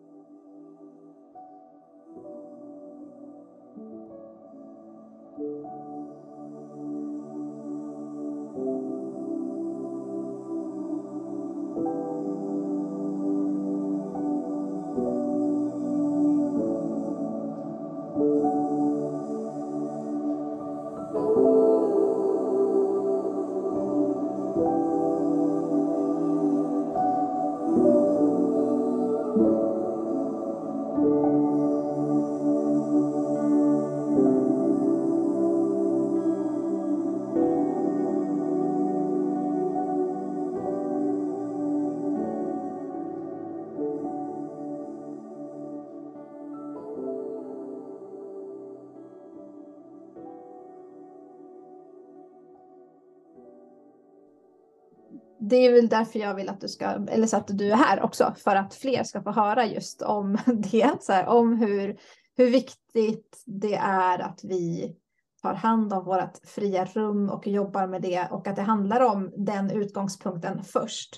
Det är väl därför jag vill att du ska, eller så att du är här också, för att fler ska få höra just om det, så här, om hur, hur viktigt det är att vi tar hand om vårt fria rum och jobbar med det, och att det handlar om den utgångspunkten först.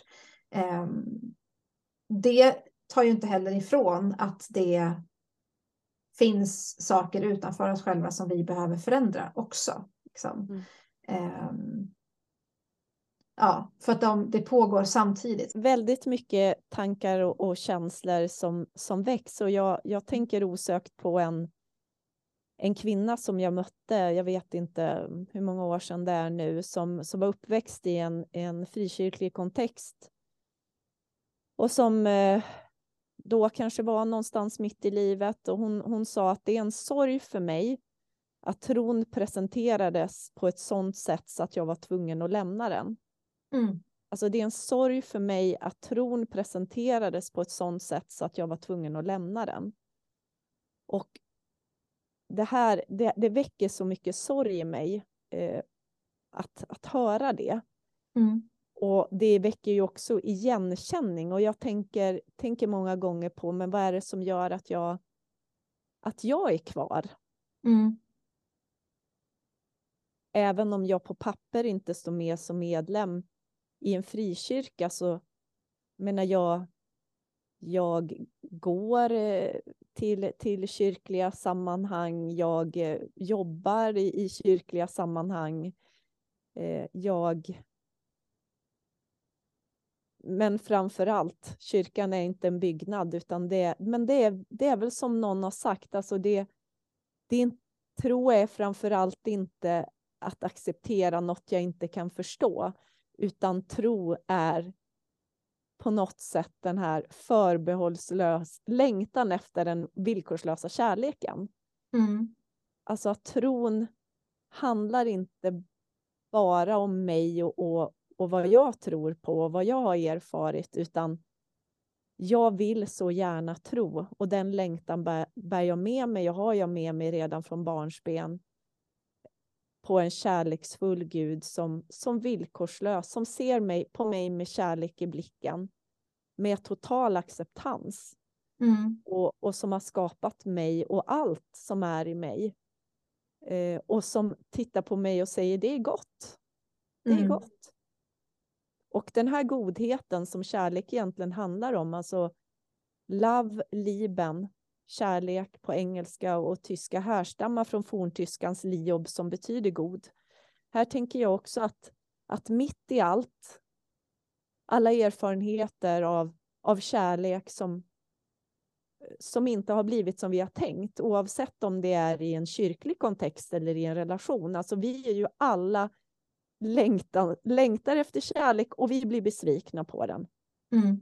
Det tar ju inte heller ifrån att det finns saker utanför oss själva som vi behöver förändra också. Liksom. Mm. Ja, för att de, det pågår samtidigt. Väldigt mycket tankar och, och känslor som, som väcks. Och jag, jag tänker osökt på en, en kvinna som jag mötte, jag vet inte hur många år sedan det är nu, som, som var uppväxt i en, en frikyrklig kontext. Och som eh, då kanske var någonstans mitt i livet. Och hon, hon sa att det är en sorg för mig att tron presenterades på ett sådant sätt så att jag var tvungen att lämna den. Mm. Alltså det är en sorg för mig att tron presenterades på ett sådant sätt så att jag var tvungen att lämna den. Och det här, det, det väcker så mycket sorg i mig eh, att, att höra det. Mm. Och det väcker ju också igenkänning. Och jag tänker, tänker många gånger på, men vad är det som gör att jag, att jag är kvar? Mm. Även om jag på papper inte står med som medlem i en frikyrka, så menar jag, jag går till, till kyrkliga sammanhang, jag jobbar i, i kyrkliga sammanhang, jag... Men framför allt, kyrkan är inte en byggnad, utan det, men det är, det är väl som någon har sagt, alltså det, din tro är framför allt inte att acceptera något jag inte kan förstå, utan tro är på något sätt den här förbehållslös längtan efter den villkorslösa kärleken. Mm. Alltså att tron handlar inte bara om mig och, och, och vad jag tror på och vad jag har erfarit, utan jag vill så gärna tro, och den längtan bär, bär jag med mig, jag har jag med mig redan från barnsben, på en kärleksfull Gud som, som villkorslös, som ser mig, på mig med kärlek i blicken, med total acceptans. Mm. Och, och som har skapat mig och allt som är i mig. Eh, och som tittar på mig och säger, det är gott. Det är Mm. gott. Och den här godheten som kärlek egentligen handlar om, alltså love, lieben, kärlek på engelska och tyska, härstammar från forntyskans liob som betyder god. Här tänker jag också att, att mitt i allt, alla erfarenheter av, av kärlek som, som inte har blivit som vi har tänkt, oavsett om det är i en kyrklig kontext eller i en relation. Alltså vi är ju alla längtar, längtar efter kärlek och vi blir besvikna på den. Mm.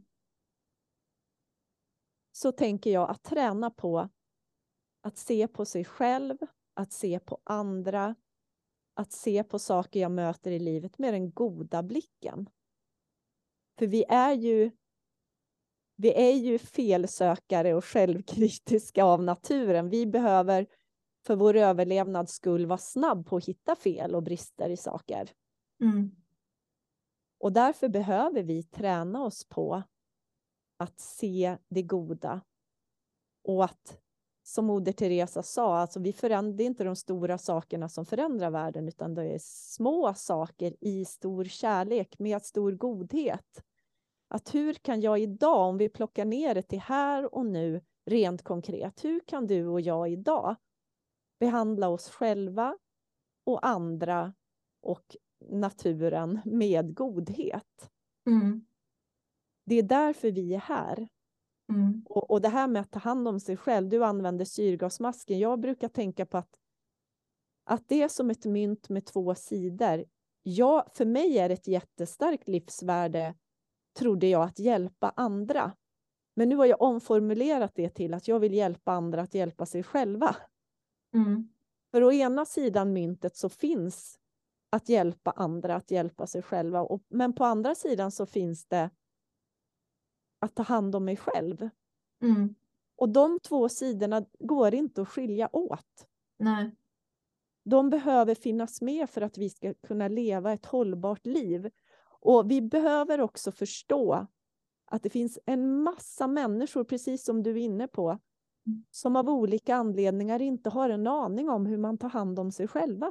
Så tänker jag att träna på att se på sig själv, att se på andra, att se på saker jag möter i livet med den goda blicken. För vi är ju vi är ju felsökare och självkritiska av naturen. Vi behöver för vår överlevnads skull vara snabb på att hitta fel och brister i saker. Mm. Och därför behöver vi träna oss på att se det goda. Och att, som Moder Teresa sa, alltså vi förändrar, det är inte de stora sakerna som förändrar världen, utan det är små saker i stor kärlek med stor godhet. Att hur kan jag idag, om vi plockar ner det till här och nu, rent konkret, hur kan du och jag idag behandla oss själva och andra och naturen med godhet? Mm. Det är därför vi är här. Mm. Och, och det här med att ta hand om sig själv, du använder syrgasmasken. Jag brukar tänka på att, att det är som ett mynt med två sidor. Ja, för mig är det ett jättestarkt livsvärde, trodde jag, att hjälpa andra. Men nu har jag omformulerat det till att jag vill hjälpa andra att hjälpa sig själva. Mm. För å ena sidan myntet så finns att hjälpa andra att hjälpa sig själva. Och, men på andra sidan så finns det att ta hand om mig själv. Mm. Och de två sidorna går inte att skilja åt. Nej. De behöver finnas med för att vi ska kunna leva ett hållbart liv. Och vi behöver också förstå att det finns en massa människor, precis som du är inne på, som av olika anledningar inte har en aning om hur man tar hand om sig själva.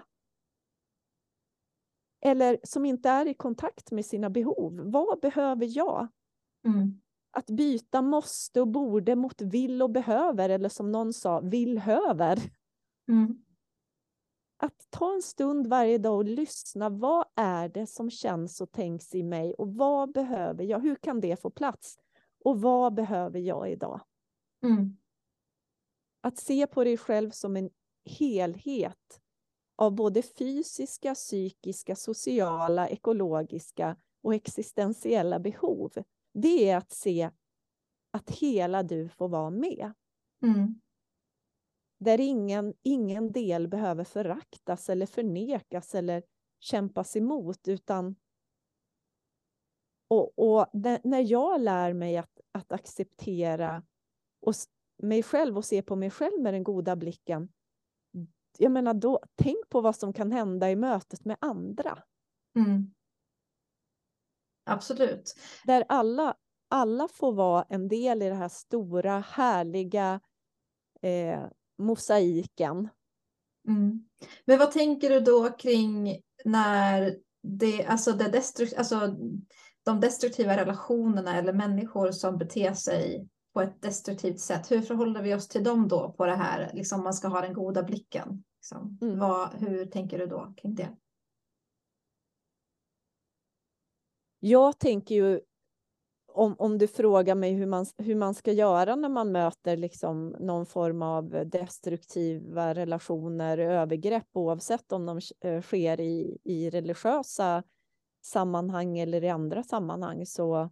Eller som inte är i kontakt med sina behov. Vad behöver jag? Mm. Att byta måste och borde mot vill och behöver, eller som någon sa, villhöver. Mm. Att ta en stund varje dag och lyssna. Vad är det som känns och tänks i mig? Och vad behöver jag? Hur kan det få plats? Och vad behöver jag idag? Mm. Att se på dig själv som en helhet av både fysiska, psykiska, sociala, ekologiska och existentiella behov. Det är att se att hela du får vara med. Mm. Där ingen, ingen del behöver föraktas eller förnekas eller kämpas emot. Utan, och, och det, när jag lär mig att, att acceptera och, mig själv och se på mig själv med den goda blicken. Jag menar då, tänk på vad som kan hända i mötet med andra. Mm. Absolut. Där alla, alla får vara en del i det här stora, härliga eh, mosaiken. Mm. Men vad tänker du då kring när det, alltså det destrukt, alltså de destruktiva relationerna eller människor som beter sig på ett destruktivt sätt, hur förhåller vi oss till dem då på det här, liksom man ska ha den goda blicken? Liksom. Mm. Vad, hur tänker du då kring det? Jag tänker ju, om, om du frågar mig hur man, hur man ska göra när man möter liksom någon form av destruktiva relationer, övergrepp, oavsett om de sker i, i religiösa sammanhang eller i andra sammanhang, så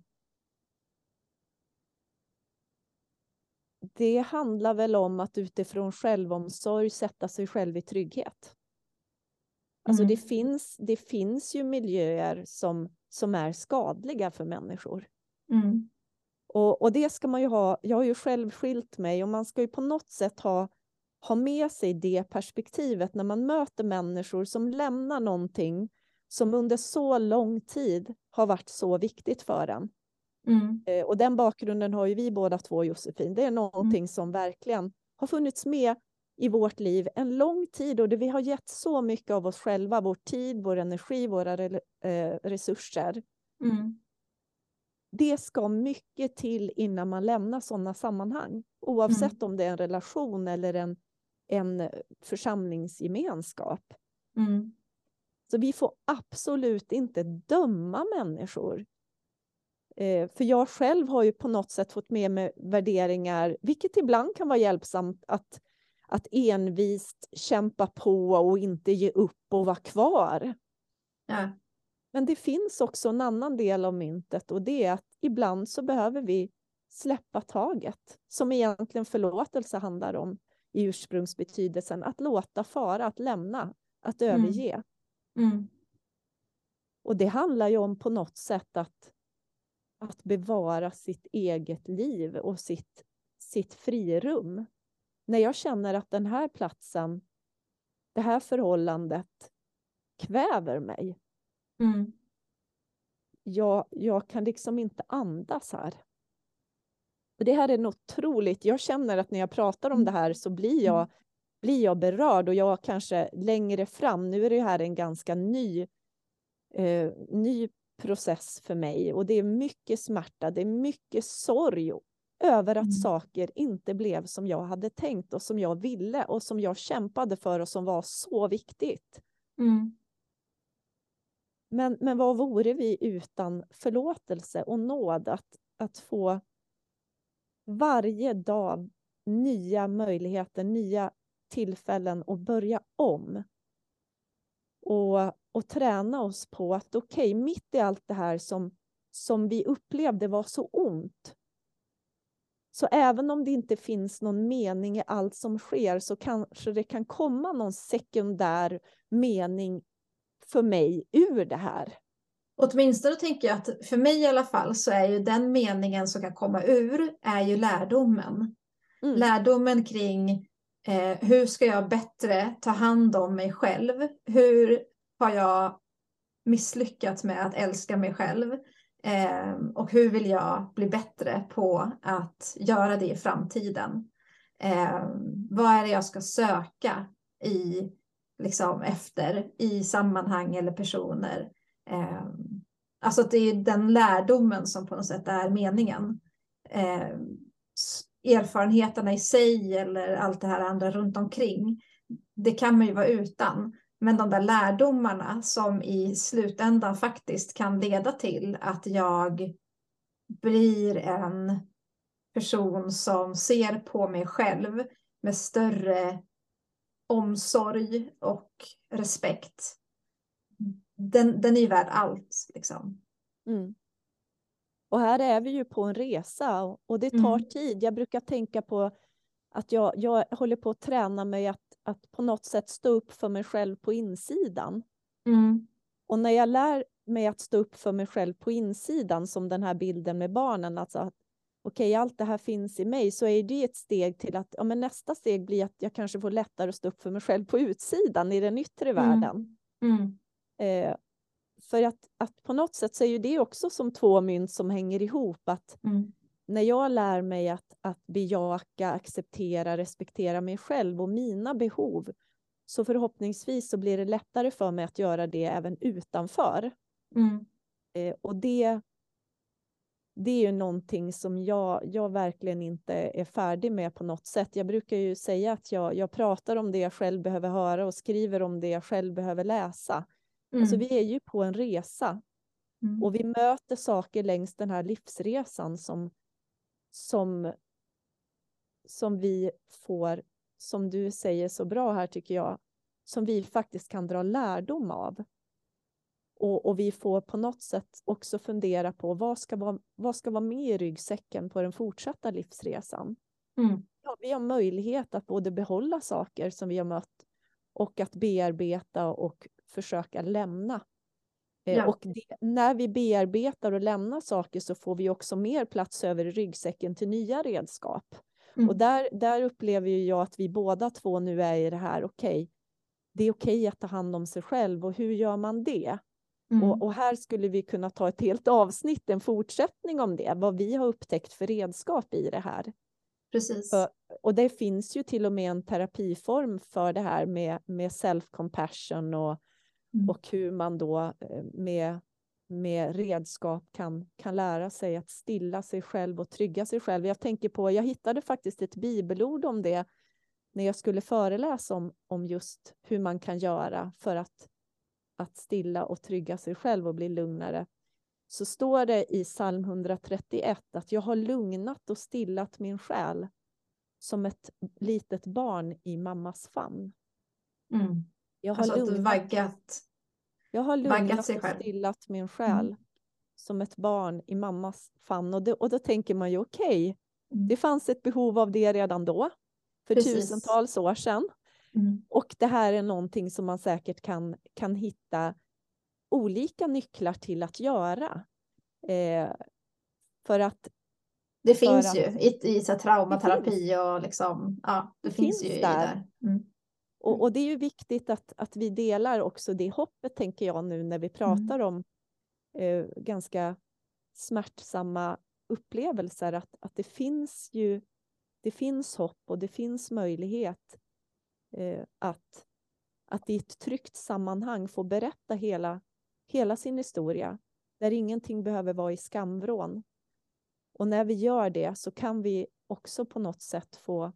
det handlar väl om att utifrån självomsorg sätta sig själv i trygghet. Alltså Mm. det finns, det finns ju miljöer som, som är skadliga för människor. Mm. Och, och det ska man ju ha, jag har ju själv skilt mig, och man ska ju på något sätt ha, ha med sig det perspektivet när man möter människor som lämnar någonting som under så lång tid har varit så viktigt för en. Mm. Eh, och den bakgrunden har ju vi båda två, Josefin. Det är någonting Mm. som som verkligen har funnits med i vårt liv en lång tid, och det vi har gett så mycket av oss själva, vår tid, vår energi, våra re, eh, resurser. Mm. Det ska mycket till innan man lämnar sådana sammanhang, oavsett Mm. om det är en relation eller en, en församlingsgemenskap. Mm. Så vi får absolut inte döma människor. Eh, för jag själv har ju på något sätt fått med mig värderingar, vilket ibland kan vara hjälpsamt, att, att envist kämpa på och inte ge upp och vara kvar. Ja. Men det finns också en annan del av myntet, och det är att ibland så behöver vi släppa taget, som egentligen förlåtelse handlar om i ursprungsbetydelsen, att låta fara, att lämna, att överge. Mm. Och det handlar ju om på något sätt att, att bevara sitt eget liv och sitt, sitt frirum. När jag känner att den här platsen, det här förhållandet kväver mig. Mm. Jag, jag kan liksom inte andas här. Och det här är något otroligt. Jag känner att när jag pratar om det här så blir jag, blir jag berörd, och jag kanske längre fram, nu är det här en ganska ny, eh, ny process för mig, och det är mycket smärta, det är mycket sorg över att Mm. saker inte blev som jag hade tänkt och som jag ville och som jag kämpade för och som var så viktigt. Mm. Men, men vad vore vi utan förlåtelse och nåd, att, att få varje dag nya möjligheter, nya tillfällen att börja om. Och, och träna oss på att okej, okay, mitt i allt det här som, som vi upplevde var så ont. Så även om det inte finns någon mening i allt som sker, så kanske det kan komma någon sekundär mening för mig ur det här. Åtminstone tänker jag att för mig i alla fall så är ju den meningen som kan komma ur är ju lärdomen. Mm. Lärdomen kring eh, hur ska jag bättre ta hand om mig själv? Hur har jag misslyckats med att älska mig själv? Eh, och hur vill jag bli bättre på att göra det i framtiden? Eh, vad är det jag ska söka i, liksom, efter i sammanhang eller personer? Eh, alltså att det är den lärdomen som på något sätt är meningen. Eh, erfarenheterna i sig eller allt det här andra runt omkring, det kan man ju vara utan. Men de där lärdomarna som i slutändan faktiskt kan leda till att jag blir en person som ser på mig själv med större omsorg och respekt. Den, den är ju värd allt. Liksom. Mm. Och här är vi ju på en resa, och det tar mm. tid. Jag brukar tänka på att jag, jag håller på att träna mig att, att på något sätt stå upp för mig själv på insidan. Mm. Och när jag lär mig att stå upp för mig själv på insidan, som den här bilden med barnen, alltså att okej, okay, allt det här finns i mig, så är det ett steg till att ja, men nästa steg blir att jag kanske får lättare att stå upp för mig själv på utsidan, i den yttre mm. världen. Mm. Eh, för att, att på något sätt så är ju det också som två mynt som hänger ihop, att mm. när jag lär mig att, att bejaka, acceptera, respektera mig själv och mina behov, så förhoppningsvis så blir det lättare för mig att göra det även utanför. Mm. Eh, och det, det är ju någonting som jag, jag verkligen inte är färdig med på något sätt. Jag brukar ju säga att jag, jag pratar om det jag själv behöver höra och skriver om det jag själv behöver läsa. Mm. Alltså vi är ju på en resa. Mm. Och vi möter saker längs den här livsresan som, som, som vi får, som du säger så bra här tycker jag, som vi faktiskt kan dra lärdom av. Och, och vi får på något sätt också fundera på vad ska vara, vad ska vara med i ryggsäcken på den fortsatta livsresan. Mm. Ja, vi har möjlighet att både behålla saker som vi har mött och att bearbeta och försöka lämna. Ja. Eh, och det, när vi bearbetar och lämnar saker så får vi också mer plats över i ryggsäcken till nya redskap. Mm. Och där, där upplever ju jag att vi båda två nu är i det här, okej, okay, det är okej okay att ta hand om sig själv och hur gör man det? Mm. Och, och här skulle vi kunna ta ett helt avsnitt, en fortsättning om det, vad vi har upptäckt för redskap i det här. Precis. För, och det finns ju till och med en terapiform för det här med, med self-compassion och, mm. och hur man då med, med redskap kan, kan lära sig att stilla sig själv och trygga sig själv. Jag tänker på, jag hittade faktiskt ett bibelord om det när jag skulle föreläsa om, om just hur man kan göra för att, att stilla och trygga sig själv och bli lugnare. Så står det i psalm hundratrettioett att jag har lugnat och stillat min själ som ett litet barn i mammas famn. Mm. Jag har alltså lugnat, att vaggat, jag har lugnat sig och själv. stillat min själ mm. som ett barn i mammas famn. Och, det, och då tänker man ju okej, okay, mm. det fanns ett behov av det redan då, för Precis. tusentals år sedan. Mm. Och det här är någonting som man säkert kan, kan hitta olika nycklar till att göra. Eh, för att det finns att, ju i, i så traumaterapi och liksom, ja, det, det finns, finns ju där. I där. Mm. Och, och det är ju viktigt att, att vi delar också det hoppet, tänker jag nu när vi pratar mm. om eh, ganska smärtsamma upplevelser, att, att det finns ju det finns hopp och det finns möjlighet eh, att, att i ett tryggt sammanhang få berätta hela, hela sin historia, där ingenting behöver vara i skamvrån. Och när vi gör det så kan vi också på något sätt få,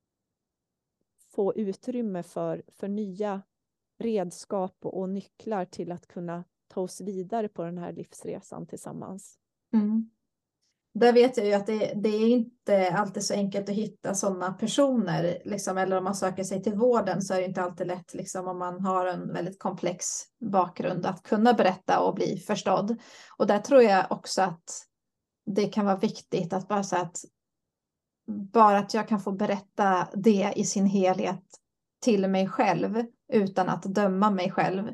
få utrymme för, för nya redskap och, och nycklar till att kunna ta oss vidare på den här livsresan tillsammans. Mm. Där vet jag ju att det, det är inte alltid så enkelt att hitta sådana personer. Liksom, eller om man söker sig till vården så är det inte alltid lätt liksom, om man har en väldigt komplex bakgrund att kunna berätta och bli förstådd. Och där tror jag också att det kan vara viktigt att bara så att bara att jag kan få berätta det i sin helhet till mig själv utan att döma mig själv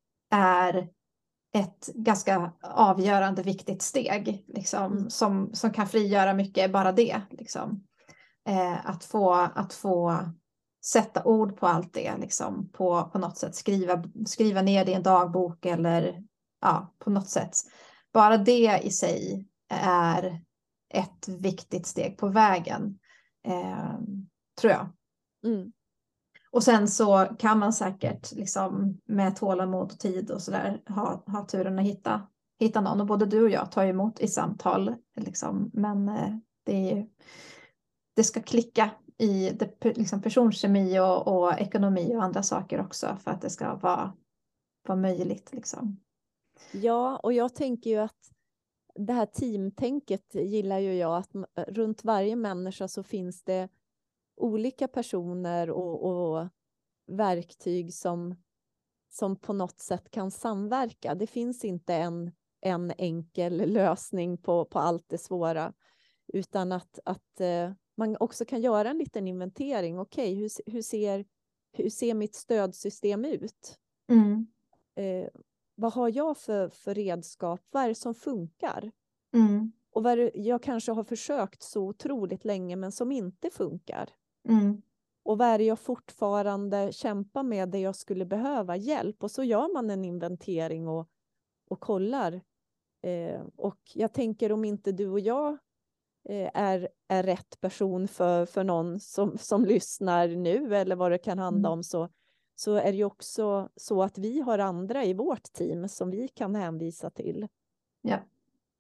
är ett ganska avgörande viktigt steg liksom, mm. som, som kan frigöra mycket, bara det. Liksom. Eh, att, få, att få sätta ord på allt det, liksom, på, på något sätt skriva, skriva ner det i en dagbok eller ja, på något sätt. Bara det i sig är ett viktigt steg på vägen, eh, tror jag. Mm. Och sen så kan man säkert liksom, med tålamod och tid och sådär ha, ha turen att hitta, hitta någon. Och både du och jag tar emot i samtal. Liksom. Men eh, det, är ju, det ska klicka i det, liksom personkemi och, och ekonomi och andra saker också för att det ska vara, vara möjligt. Liksom. Ja, och jag tänker ju att det här teamtänket gillar ju jag. Att runt varje människa så finns det olika personer och, och verktyg som, som på något sätt kan samverka. Det finns inte en, en enkel lösning på, på allt det svåra, utan att, att eh, man också kan göra en liten inventering. Okej, hur, hur, ser, hur ser mitt stödsystem ut? Mm. Eh, vad har jag för, för redskap? Vad är det som funkar? Mm. Och vad det, jag kanske har försökt så otroligt länge men som inte funkar. Mm. Och vad är det jag fortfarande kämpar med där jag skulle behöva hjälp? Och så gör man en inventering och, och kollar. Eh, och jag tänker om inte du och jag eh, är, är rätt person för, för någon som, som lyssnar nu eller vad det kan handla Mm. om, så, så är det ju också så att vi har andra i vårt team som vi kan hänvisa till. Ja.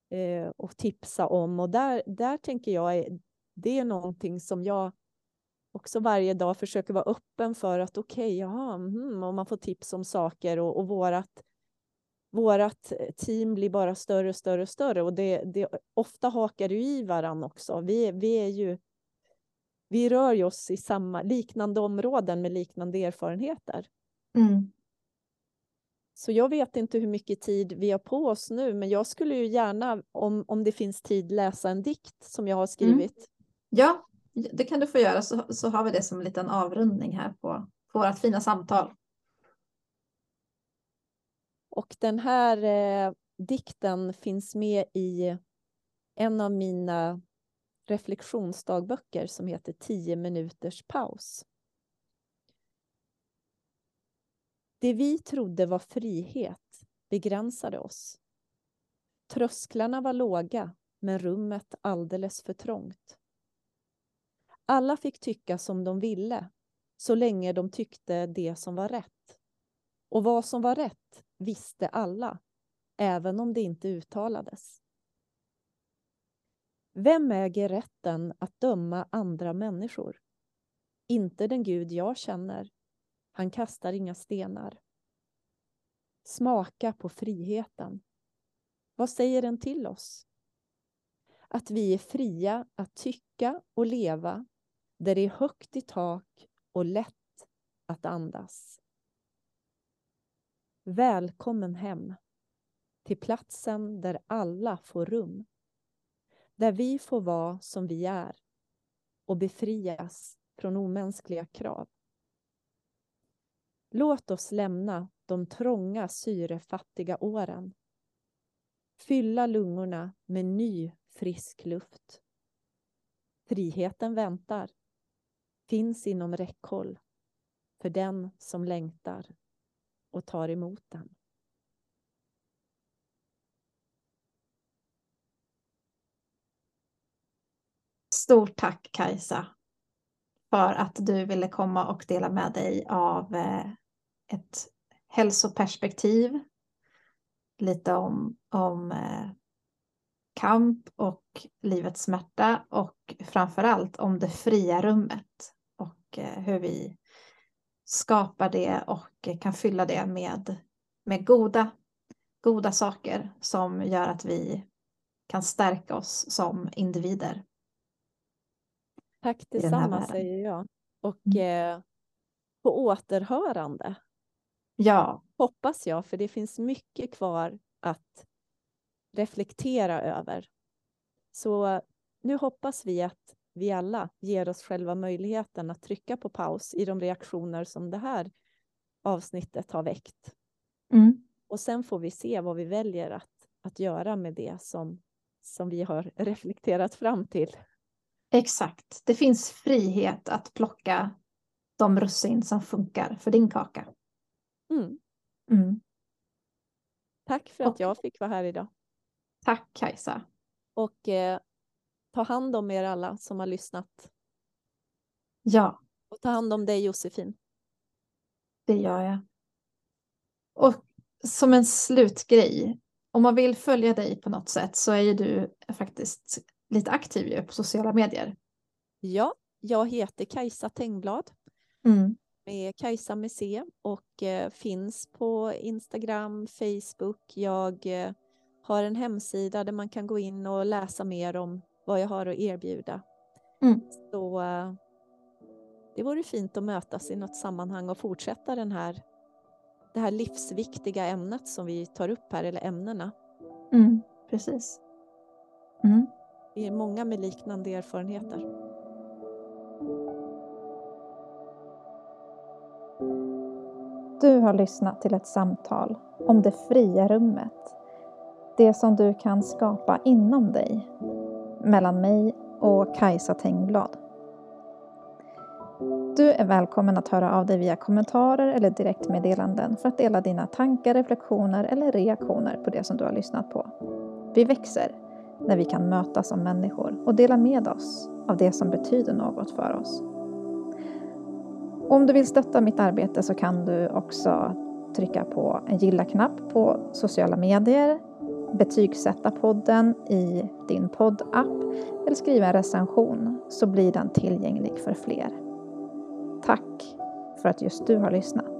eh, och tipsa om. Och där, där tänker jag, det är någonting som jag också varje dag försöker vara öppen för, att okej, okay, jaha, mm, om man får tips om saker, och, och vårat, vårat team blir bara större, större, större, och det, det ofta hakar ju i varann också. Vi, vi är ju, vi rör ju oss i samma liknande områden med liknande erfarenheter. Mm. Så jag vet inte hur mycket tid vi har på oss nu, men jag skulle ju gärna, om, om det finns tid, läsa en dikt som jag har skrivit. Mm. Ja, det kan du få göra, så, så har vi det som en liten avrundning här på, på vårt fina samtal. Och den här eh, dikten finns med i en av mina reflektionsdagböcker som heter tio minuters paus. Det vi trodde var frihet begränsade oss. Trösklarna var låga, men rummet alldeles för trångt. Alla fick tycka som de ville, så länge de tyckte det som var rätt. Och vad som var rätt visste alla, även om det inte uttalades. Vem äger rätten att döma andra människor? Inte den Gud jag känner. Han kastar inga stenar. Smaka på friheten. Vad säger den till oss? Att vi är fria att tycka och leva där det är högt i tak och lätt att andas. Välkommen hem till platsen där alla får rum. Där vi får vara som vi är och befrias från omänskliga krav. Låt oss lämna de trånga syrefattiga åren. Fylla lungorna med ny frisk luft. Friheten väntar. Finns inom räckhåll för den som längtar och tar emot den. Stort tack, Kajsa, för att du ville komma och dela med dig av ett hälsoperspektiv. Lite om, om kamp och livets smärta, och framförallt om det fria rummet och hur vi skapar det och kan fylla det med, med goda, goda saker som gör att vi kan stärka oss som individer. Tack detsamma, säger jag. Och Mm. eh, på återhörande. Ja. Hoppas jag, för det finns mycket kvar att reflektera över. Så nu hoppas vi att vi alla ger oss själva möjligheten att trycka på paus i de reaktioner som det här avsnittet har väckt. Mm. Och sen får vi se vad vi väljer att, att göra med det som, som vi har reflekterat fram till. Exakt. Det finns frihet att plocka de russin som funkar för din kaka. Mm. Mm. Tack för och, att jag fick vara här idag. Tack, Kajsa. Och eh, ta hand om er alla som har lyssnat. Ja. Och ta hand om dig, Josefin. Det gör jag. Och som en slutgrej, om man vill följa dig på något sätt så är ju du faktiskt lite aktiv ju på sociala medier. Ja, jag heter Kajsa Tengblad. Mm. Med Kajsa med C och eh, finns på Instagram, Facebook. Jag eh, har en hemsida där man kan gå in och läsa mer om vad jag har att erbjuda. Mm. Så eh, det vore fint att mötas i något sammanhang och fortsätta den här, det här livsviktiga ämnet som vi tar upp här, eller ämnena. Mm, precis. Mm. Det är många med liknande erfarenheter. Du har lyssnat till ett samtal om det fria rummet. Det som du kan skapa inom dig. Mellan mig och Kajsa Tengblad. Du är välkommen att höra av dig via kommentarer eller direktmeddelanden för att dela dina tankar, reflektioner eller reaktioner på det som du har lyssnat på. Vi växer när vi kan mötas som människor och dela med oss av det som betyder något för oss. Om du vill stötta mitt arbete så kan du också trycka på en gilla-knapp på sociala medier, betygsätta podden i din poddapp eller skriva en recension så blir den tillgänglig för fler. Tack för att just du har lyssnat.